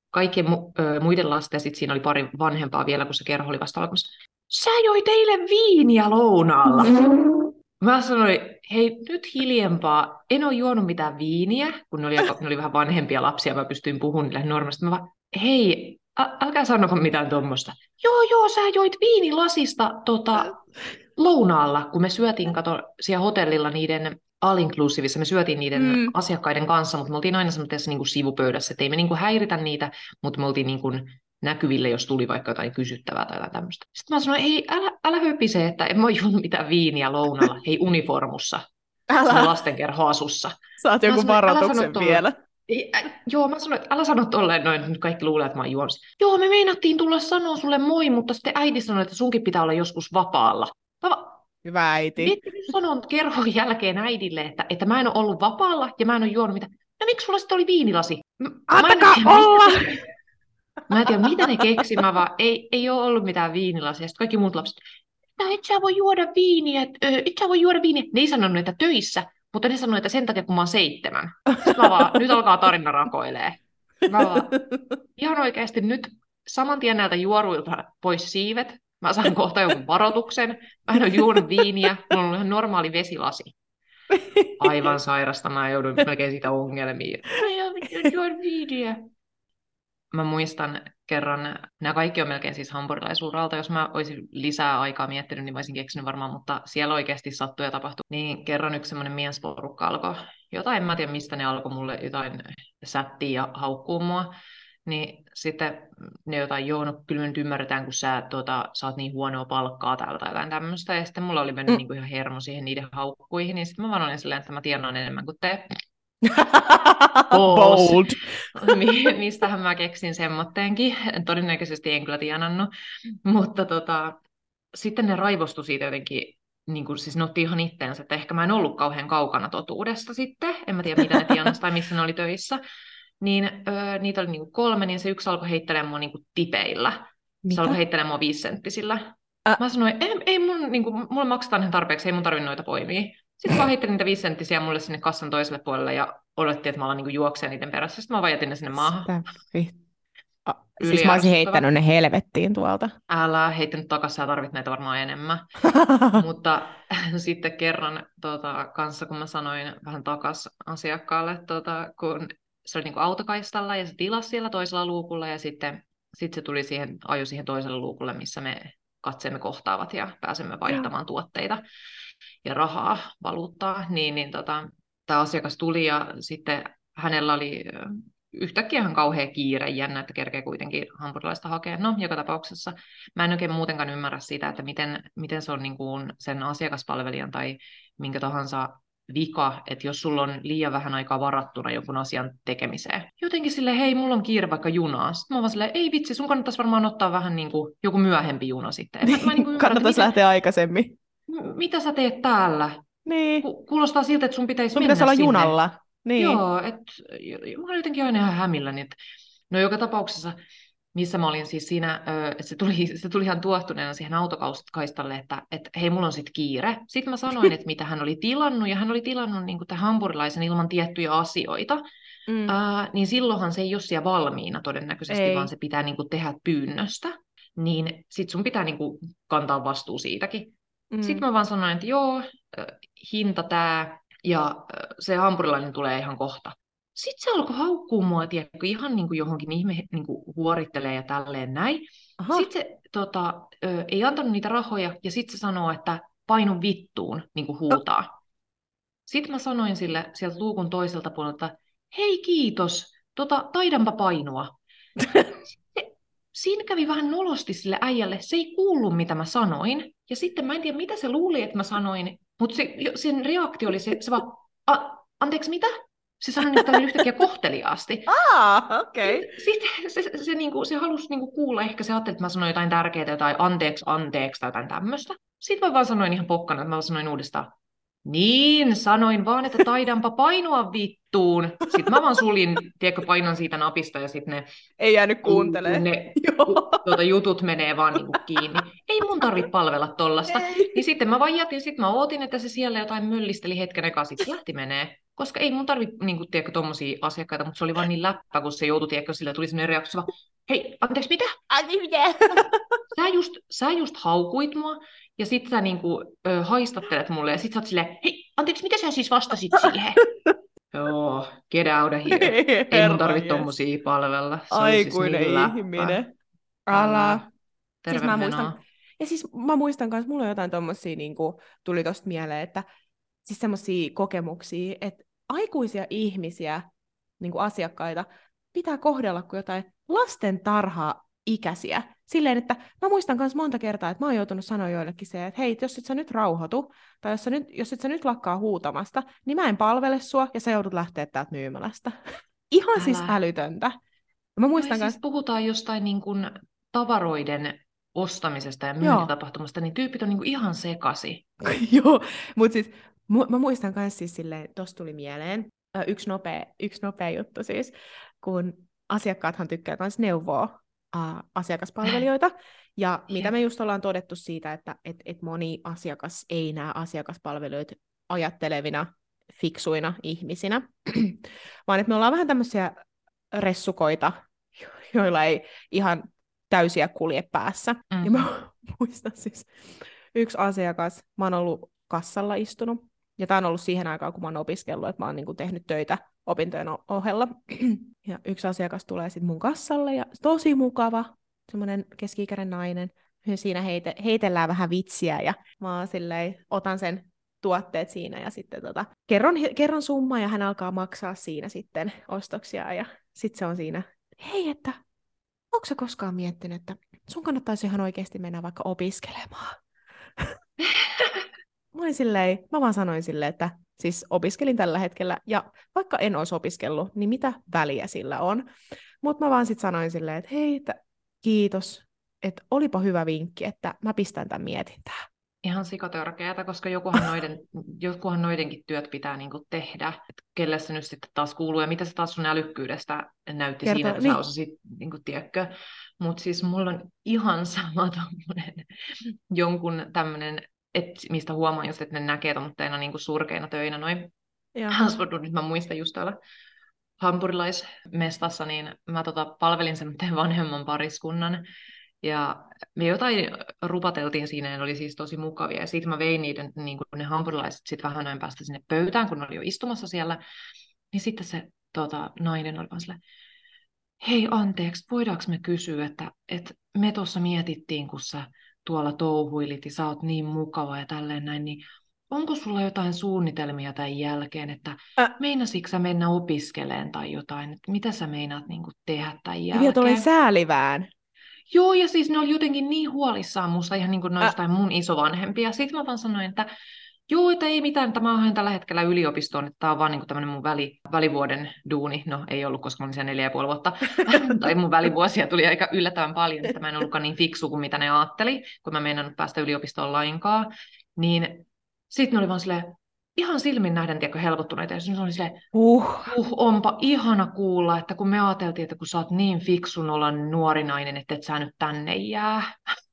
muiden lasten, ja sitten siinä oli pari vanhempaa vielä, kun se kerho oli vasta alkamassa. Sä joit eilen viiniä lounaalla. Mä sanoin, hei, nyt hiljempaa. En ole juonut mitään viiniä, kun ne oli vähän vanhempia lapsia, mä pystyin puhumaan niille normaalisti. Mä vaan, hei, älkää sanoko mitään tuommoista. Joo, sä joit viinilasista lounaalla, kun me syötiin, siellä hotellilla niiden all-inclusivissa, me syötiin niiden asiakkaiden kanssa, mutta me oltiin aina semmoisessa niin kuin sivupöydässä, että ei me niin kuin häiritä niitä, mutta me oltiin niin kuin näkyville, jos tuli vaikka jotain kysyttävää tai jotain tämmöistä. Sitten mä sanoin, hei, älä höpise, että en mä ole juonut mitään viiniä lounalla, hei uniformussa, siinä lastenkerhoasussa. Saat joku varoituksen vielä. Joo, mä sanoin, että älä sano tolleen noin, nyt kaikki luulee, että mä oon juonut. Joo, me meinattiin tulla sanoa sulle moi, mutta sitten äiti sanoi, että sunkin pitää olla joskus vapaalla. Hyvä äiti. Mietin nyt sanon kerhon jälkeen äidille, että mä en ole ollut vapaalla ja mä en ole juonut mitään. No miksi sulla sitten oli viinilasi? Antakaa olla! Mä en tiedä, mitä ne keksi, mä vaan, ei ole ollut mitään viinilasia. Sitten kaikki muut lapset, et sä voi juoda viiniä, Ne ei sanonut, että töissä, mutta ne sanoi, että sen takia, kun mä oon 7. Sitten mä vaan, nyt alkaa tarina rakoilee. Mä vaan, ihan oikeasti nyt saman tien näiltä juoruilta pois siivet. Mä saan kohta jonkun varoituksen. Mä en ole juonut viiniä, mulla on ihan normaali vesilasi. Aivan sairasta, mä joudun melkein siitä ongelmiin. Mä en juon viiniä. Mä muistan kerran, nämä kaikki on melkein siis hampurilaisuuralta, jos mä olisin lisää aikaa miettinyt, niin mä olisin keksinyt varmaan, mutta siellä oikeasti sattui ja tapahtui. Niin kerran yksi semmoinen miesporukka alkoi, jotain, en mä tiedä mistä ne alkoi mulle jotain sättiä ja haukkuu mua. Niin sitten ne jotain, joo, no kyllä me nyt ymmärretään, kun sä saat niin huonoa palkkaa täällä tai jotain tämmöistä. Ja sitten mulla oli mennyt niin kuin ihan hermo siihen niiden haukkuihin, niin sitten mä vaan olin silleen, että mä tienaan enemmän kuin te. Bold. Mistähän mä keksin semmoitteenkin. Todennäköisesti en kyllä tienannut. Mutta sitten ne raivostui siitä jotenkin, niin kuin, siis ne otti ihan itteensä, että ehkä mä en ollut kauhean kaukana totuudesta sitten. En mä tiedä, mitä ne tienasi tai missä ne oli töissä. Niin niitä oli niin kuin 3, niin se yksi alkoi heittelemään mua niin kuin tipeillä. Mitä? Se alkoi heittelemään mua 5-senttisillä. Mä sanoin, ei mun, niin kuin, mulle maksetaan ihan tarpeeksi, ei mun tarvitse noita poimia. Sitten mä heittelin niitä 5-senttisiä mulle sinne kassan toiselle puolelle ja odottiin, että mä alan niin juoksemaan niiden perässä. Sitten mä vaan jätin ne sinne maahan. Siis mä olisin heittänyt ne helvettiin tuolta. Älä heittänyt takaisin, sä tarvit näitä varmaan enemmän. Mutta sitten kerran kanssa, kun mä sanoin vähän takaisin asiakkaalle, kun se oli niin kuin autokaistalla ja se tilasi siellä toisella luukulla ja sitten se tuli ajoi siihen toiselle luukulle, missä me katseemme kohtaavat ja pääsemme vaihtamaan tuotteita ja rahaa, valuuttaa, niin tämä asiakas tuli ja sitten hänellä oli yhtäkkiä ihan kauhea kiire, jännä, että kerkee kuitenkin hampurilaista hakea. No, joka tapauksessa mä en oikein muutenkaan ymmärrä sitä, että miten se on niin kuin sen asiakaspalvelijan tai minkä tahansa vika, että jos sulla on liian vähän aikaa varattuna jonkun asian tekemiseen. Jotenkin silleen, hei, mulla on kiire vaikka junaa. Sitten mä vaan silleen, ei vitsi, sun kannattaisi varmaan ottaa vähän niin kuin joku myöhempi juna sitten. Mä niin kannattaisi lähteä aikaisemmin. Mitä sä teet täällä? Niin. Kuulostaa siltä, että sun pitäisi sun mennä pitäisi olla sinne. Junalla. Niin. Joo, mä olin jotenkin aina ihan hämilläni. No joka tapauksessa, missä mä olin siis siinä, että se tuli ihan tuohtuneena siihen autokaistalle, että hei, mulla on sit kiire. Sitten mä sanoin, että mitä hän oli tilannut, ja hän oli tilannut niin tämän hampurilaisen ilman tiettyjä asioita. Niin silloinhan se ei ole siellä valmiina todennäköisesti, vaan se pitää niin kuin tehdä pyynnöstä. Niin sit sun pitää niin kuin kantaa vastuu siitäkin. Sitten mä vaan sanoin, että joo, hinta tää, ja se hampurilainen tulee ihan kohta. Sitten se alkoi haukkua mua, tiedätkö, ihan niin kuin johonkin ihme niin kuin huorittelee ja tälleen näin. Aha. Sitten se ei antanut niitä rahoja, ja sitten se sanoo, että painu vittuun, niin kuin huutaa. Sitten mä sanoin sille sieltä luukun toiselta puolelta, hei kiitos, taidanpa painua. Siinä kävi vähän nolosti sille äijälle, se ei kuullut mitä mä sanoin. Ja sitten mä en tiedä mitä se luuli, että mä sanoin, mutta sen reaktio oli se vaan, anteeksi mitä? Se sanoi niin yhtäkkiä kohteliaasti. Okei. Okay. Sitten se halusi kuulla, ehkä se ajatteli, että mä sanoin jotain tärkeää, jotain anteeksi tai jotain tämmöistä. Sitten mä vaan sanoin ihan pokkana, että mä sanoin uudestaan, Niin, sanoin vaan, että taidanpa painua vittuun. Sitten mä vaan suljin, tiedätkö, painon siitä napista ja sitten ne, Ei jäänyt kuuntelee. ne Joo. jutut menee vaan niinku kiinni. Ei mun tarvitse palvella tollasta. Ei. Niin sitten mä vaan jätin, sitten mä ootin, että se siellä jotain möllisteli hetken aikaa, sitten se lähti menee. Koska ei mun tarvitse, niinku, tiedätkö, tommosia asiakkaita, mutta se oli vaan niin läppä, kun se joutui, tiedätkö, sille tuli sellainen reaktio, vaan, hei, anteeksi, mitä? Ai mitä? Sä just haukuit mua, ja sit sä niinku, haistattelet mulle, ja sit sä oot silleen, hei, anteeksi, mitä sä siis vastasit siihen? Joo, get out of here. Ei, Ei mun herra tarvitse jes. tommosia palvella. Se oli siis Aikuinen niin läppä. ihminen. Älä. Älä. Siis Terve mä muistan, menoa. ja siis mä muistan kanssa, mulla on jotain tommosia, niinku, tuli tosta mieleen, että siis semmosia kokemuksia, että aikuisia ihmisiä, niinku asiakkaita, pitää kohdella kuin jotain lastentarha-ikäisiä. Silleen, että mä muistan myös monta kertaa, että mä oon joutunut sanoa joillekin se, että hei, jos et sä nyt rauhoitu, tai jos et sä nyt lakkaa huutamasta, niin mä en palvele sua, ja sä joudut lähteä täältä myymälästä. Ihan siis Älä. älytöntä. Mä Joo, ja muistan siis myös, puhutaan jostain niin kuin tavaroiden ostamisesta ja joo, myyntitapahtumasta, niin tyypit on niin kuin ihan sekasi. joo, mutta siis mä muistan myös siis silleen, tossa tuli mieleen yksi nopea juttu siis, kun asiakkaathan tykkää myös neuvoa asiakaspalvelijoita, ja mitä Jep. me just ollaan todettu siitä, että et moni asiakas ei näe asiakaspalvelijoita ajattelevina, fiksuina ihmisinä, vaan että me ollaan vähän tämmöisiä ressukoita, joilla ei ihan täysiä kulje päässä. Ja Mm-hmm. mä muistan siis yksi asiakas, mä oon ollut kassalla istunut, ja tämä on ollut siihen aikaan, kun mä oon opiskellut, että mä oon niinku tehnyt töitä opintojen ohella. Ja yksi asiakas tulee sitten mun kassalle, ja tosi mukava, semmoinen keski-ikäinen nainen. Ja siinä heitellään vähän vitsiä, ja mä oon silleen, otan sen tuotteet siinä, ja sitten kerron summaa, ja hän alkaa maksaa siinä sitten ostoksia, ja sitten se on siinä, hei, että onko sä koskaan miettinyt, että sun kannattaisi ihan oikeasti mennä vaikka opiskelemaan? Mä vaan sanoin silleen, että siis opiskelin tällä hetkellä, ja vaikka en olisi opiskellut, niin mitä väliä sillä on? Mutta mä vaan sitten sanoin silleen, että hei, että kiitos, että olipa hyvä vinkki, että mä pistän tämän mietintään. Ihan sikatörkeätä, koska jokuhan noidenkin työt pitää niinku tehdä. Et kelle se nyt sitten taas kuuluu ja mitä se taas sun älykkyydestä näytti siinä, Kertoo, kun sä niin, osasit, niinku, tiedätkö. Mutta siis mulla on ihan sama tommonen, jonkun tämmöinen, mistä huomaan just, että ne näkee tommoitteina niinku surkeina töinä noin. jaha, Nyt mä muistan just täällä hampurilaismestassa, niin mä palvelin semmoinen vanhemman pariskunnan, ja me jotain rupateltiin siinä, ja ne oli siis tosi mukavia. Ja sitten mä vein niiden, niin kuin ne hampurilaiset sitten vähän ajan päästä sinne pöytään, kun ne oli jo istumassa siellä. Niin sitten se nainen oli vaan silleen, hei anteeksi, voidaanko me kysyä, että me tuossa mietittiin, kun sä tuolla touhuilit ja sä oot niin mukava ja tälleen näin, niin onko sulla jotain suunnitelmia tämän jälkeen, että meinasitko sä mennä opiskeleen tai jotain, että mitä sä meinaat niin kuin tehdä tämän ja vielä tulee jälkeen? säälivään. Joo, ja siis ne oli jotenkin niin huolissaan musta, ihan niin kuin ne Ä, jostain mun isovanhempia. Sitten mä vaan sanoin, että joo, että ei mitään, että mä haen tällä hetkellä yliopistoon, että tämä on vaan niin tämmöinen mun välivuoden duuni. No ei ollut, koska mä olin siellä 4,5 vuotta. Tai mun välivuosia tuli aika yllättävän paljon, että mä en ollutkaan niin fiksu kuin mitä ne ajatteli, kun mä meinannut päästä yliopistoon lainkaan. Niin sitten ne oli vaan silleen, ihan silmin nähden, tiedätkö, helpottuneita. Ja se oli silleen, onpa ihana kuulla, että kun me ajateltiin, että kun sä oot niin fiksun olla nuori nainen, että et sä nyt tänne jää.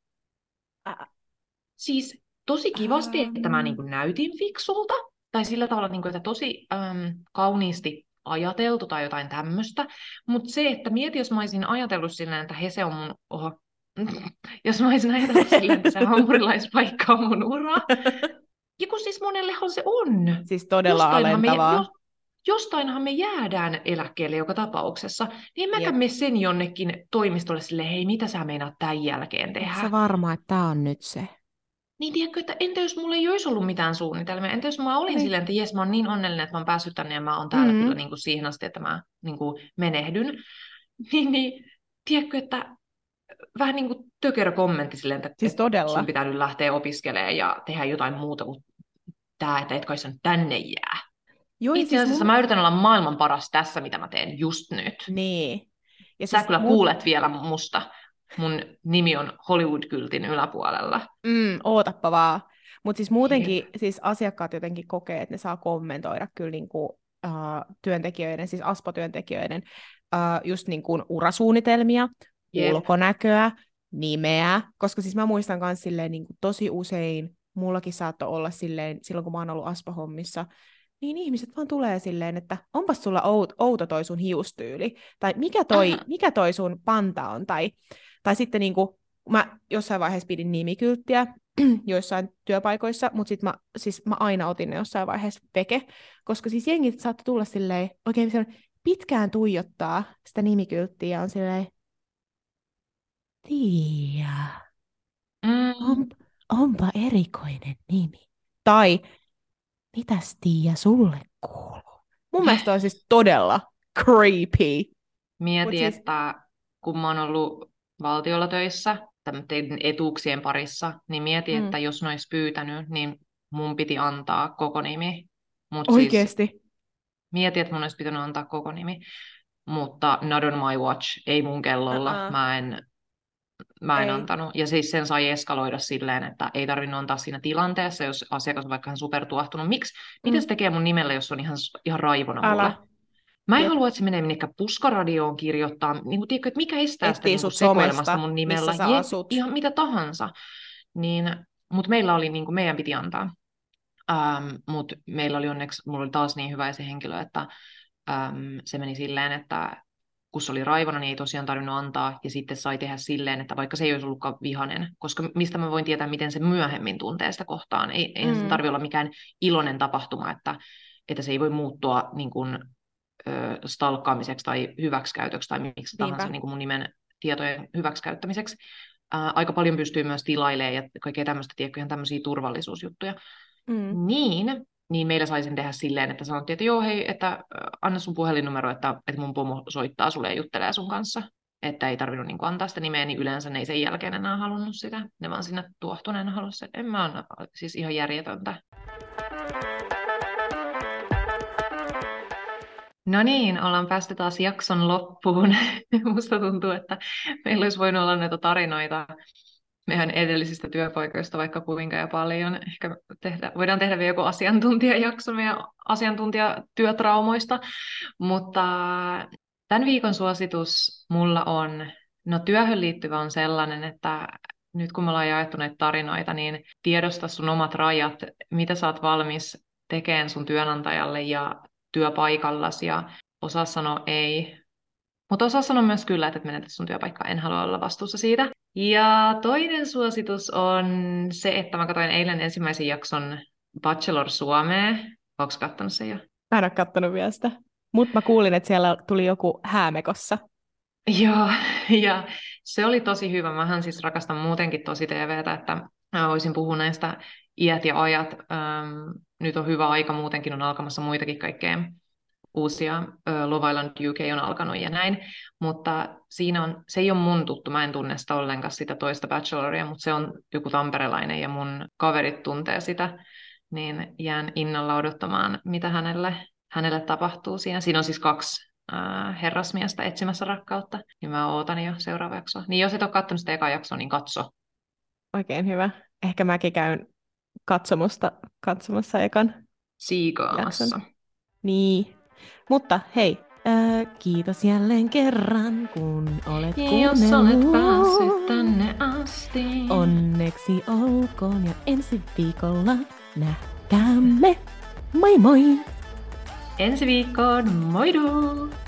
ä, Siis tosi kivasti, että mä niin äm, kuin näytin fiksulta, tai sillä tavalla, niin kuin, että tosi kauniisti ajateltu tai jotain tämmöistä. Mutta se, että mieti, jos mä olisin ajatellut silleen, että Hese on mun... Oho. Jos mä olisin ajatellut silleen, että se hampurilaispaikka on mun ura. Ja kun siis monellehan se on. Siis todella Jostainhan me, alentavaa. jostainhan me jäädään eläkkeelle joka tapauksessa. Niin mäkään Jep. me sen jonnekin toimistolle silleen, hei, mitä sä meinaat tämän jälkeen Onko tehdä? sä varma, että tää on nyt se? Niin tiedätkö, että entä jos mulla ei olisi ollut mitään suunnitelmia? Entä jos mä olin Niin. silleen, että jes, mä oon niin onnellinen, että mä oon päässyt tänne ja mä oon täällä kyllä Mm. niin kuin siihen asti, että mä niin kuin menehdyn. Niin, tiedätkö, että vähän niin kuin tökerö kommentti silleen, Siis että sun todella. pitää nyt lähteä opiskelemaan ja tehdä jotain muuta kuin tää, että et kai sä nyt tänne jää. Joo, ja Itse siis asiassa mä yritän olla maailman paras tässä, mitä mä teen just nyt. Niin. Ja Sä siis kyllä kuulet vielä musta. Mun nimi on Hollywood-kyltin yläpuolella. ootappa vaan. Mutta siis Jep. muutenkin siis asiakkaat jotenkin kokee, että ne saa kommentoida kyllä niinku, työntekijöiden, siis Aspo-työntekijöiden just niin kuin urasuunnitelmia, Jep. ulkonäköä, nimeä, koska siis mä muistan myös silleen niin kuin tosi usein, mullakin saattoi olla silleen, silloin kun mä oon ollut Aspo-hommissa, niin ihmiset vaan tulee silleen, että onpas sulla outo toi sun hiustyyli, tai mikä toi sun panta on, tai sitten niin kuin, mä jossain vaiheessa pidin nimikylttiä joissain työpaikoissa, mutta sitten mä aina otin ne jossain vaiheessa veke, koska siis jengit saattoi tulla silleen, oikein pitkään tuijottaa sitä nimikylttiä ja on silleen, Tiia, Mm, onpa erikoinen nimi. Tai, mitäs Tiia sulle kuuluu? Mun mielestä on siis todella creepy. Mut Mieti, siis, että kun mä oon ollut valtiolla töissä, tämmöiden etuuksien parissa, niin mieti, että jos ne olisi pyytänyt, niin mun piti antaa koko nimi. Mutta siis oikeesti. mieti, että mun olisi pitänyt antaa koko nimi. Mutta not on my watch, ei mun kellolla. Uh-uh. Mä en Ei. antanut. Ja siis sen sai eskaloida silleen, että ei tarvinnut antaa siinä tilanteessa, jos asiakas on vaikka ihan supertuahtunut. Mitä se tekee mun nimellä, jos on ihan raivona mulle? Älä. Mä en Jep. halua, että se menee minnekään puskaradioon kirjoittaa. Niin kuin, tiedätkö, että mikä estää sitä Etsii niin kuin sut sekoilemasta somesta, mun missä nimellä? sä Jep, asut. ihan mitä tahansa. Mutta meillä oli, niin kuin meidän piti antaa. Mutta meillä oli onneksi, mulla oli taas niin hyvä se henkilö, että se meni silleen, että kun se oli raivona, niin ei tosiaan tarvinnut antaa, ja sitten sai tehdä silleen, että vaikka se ei olisi ollutkaan vihanen, koska mistä mä voin tietää, miten se myöhemmin tuntee sitä kohtaan. Eihän sen tarvitse olla mikään iloinen tapahtuma, että se ei voi muuttua niin kuin, stalkkaamiseksi tai hyväksikäytöksi tai miksi tahansa niin kuin mun nimen tietojen hyväksikäyttämiseksi. Aika paljon pystyy myös tilailemaan ja kaikkea tämmöistä, tiedätkö, ihan tämmöisiä turvallisuusjuttuja. Niin meillä sai sen tehdä silleen, että sanottiin, että joo hei, että anna sun puhelinnumero, että mun pomo soittaa sulle ja juttelee sun kanssa. Että ei tarvinnut niin kuin antaa sitä nimeä, niin yleensä ne ei sen jälkeen enää halunnut sitä. Ne vaan sinne tuohtuneena halusi sen. En mä anna, siis ihan järjetöntä. No niin, ollaan päästy taas jakson loppuun. Musta tuntuu, että meillä olisi voinut olla näitä tarinoita meidän edellisistä työpaikoista vaikka kuinka ja paljon. Ehkä voidaan tehdä vielä joku asiantuntijajakso meidän asiantuntijatyötraumoista, mutta tämän viikon suositus mulla on, no työhön liittyvä on sellainen, että nyt kun me ollaan jaettu näitä tarinoita, niin tiedosta sun omat rajat, mitä sä oot valmis tekemään sun työnantajalle ja työpaikallasi ja osaa sanoa ei. Mutta osaa sanoa myös kyllä, että menetät sun työpaikkaa, en halua olla vastuussa siitä. Ja toinen suositus on se, että mä katsoin eilen ensimmäisen jakson Bachelor Suomea. Ootko kattonut sen jo? Mä en ole kattonut vielä sitä. Mutta mä kuulin, että siellä tuli joku häämekossa. Joo, ja se oli tosi hyvä. Mähän siis rakastan muutenkin tosi TVtä, että voisin puhua näistä iät ja ajat. Nyt on hyvä aika, muutenkin on alkamassa muitakin kaikkea uusia. Love Island UK on alkanut ja näin, mutta se ei ole mun tuttu, mä en tunne sitä ollenkaan sitä toista Bacheloria, mutta se on joku tamperelainen ja mun kaverit tuntee sitä, niin jään innolla odottamaan, mitä hänelle tapahtuu siinä. Siinä on siis kaksi herrasmiestä etsimässä rakkautta, niin mä ootan jo seuraava jaksoa. Niin jos et ole katsonut sitä ekaa jaksoa, niin katso. Oikein hyvä. Ehkä mäkin käyn katsomassa ekan Siikaamassa. jakson. Niin. Mutta hei, kiitos jälleen kerran, kun olet kuunnellut. Jos olet päässyt tänne asti. Onneksi olkoon ja ensi viikolla nähdäämme. Moi moi! Ensi viikkoon, moidu!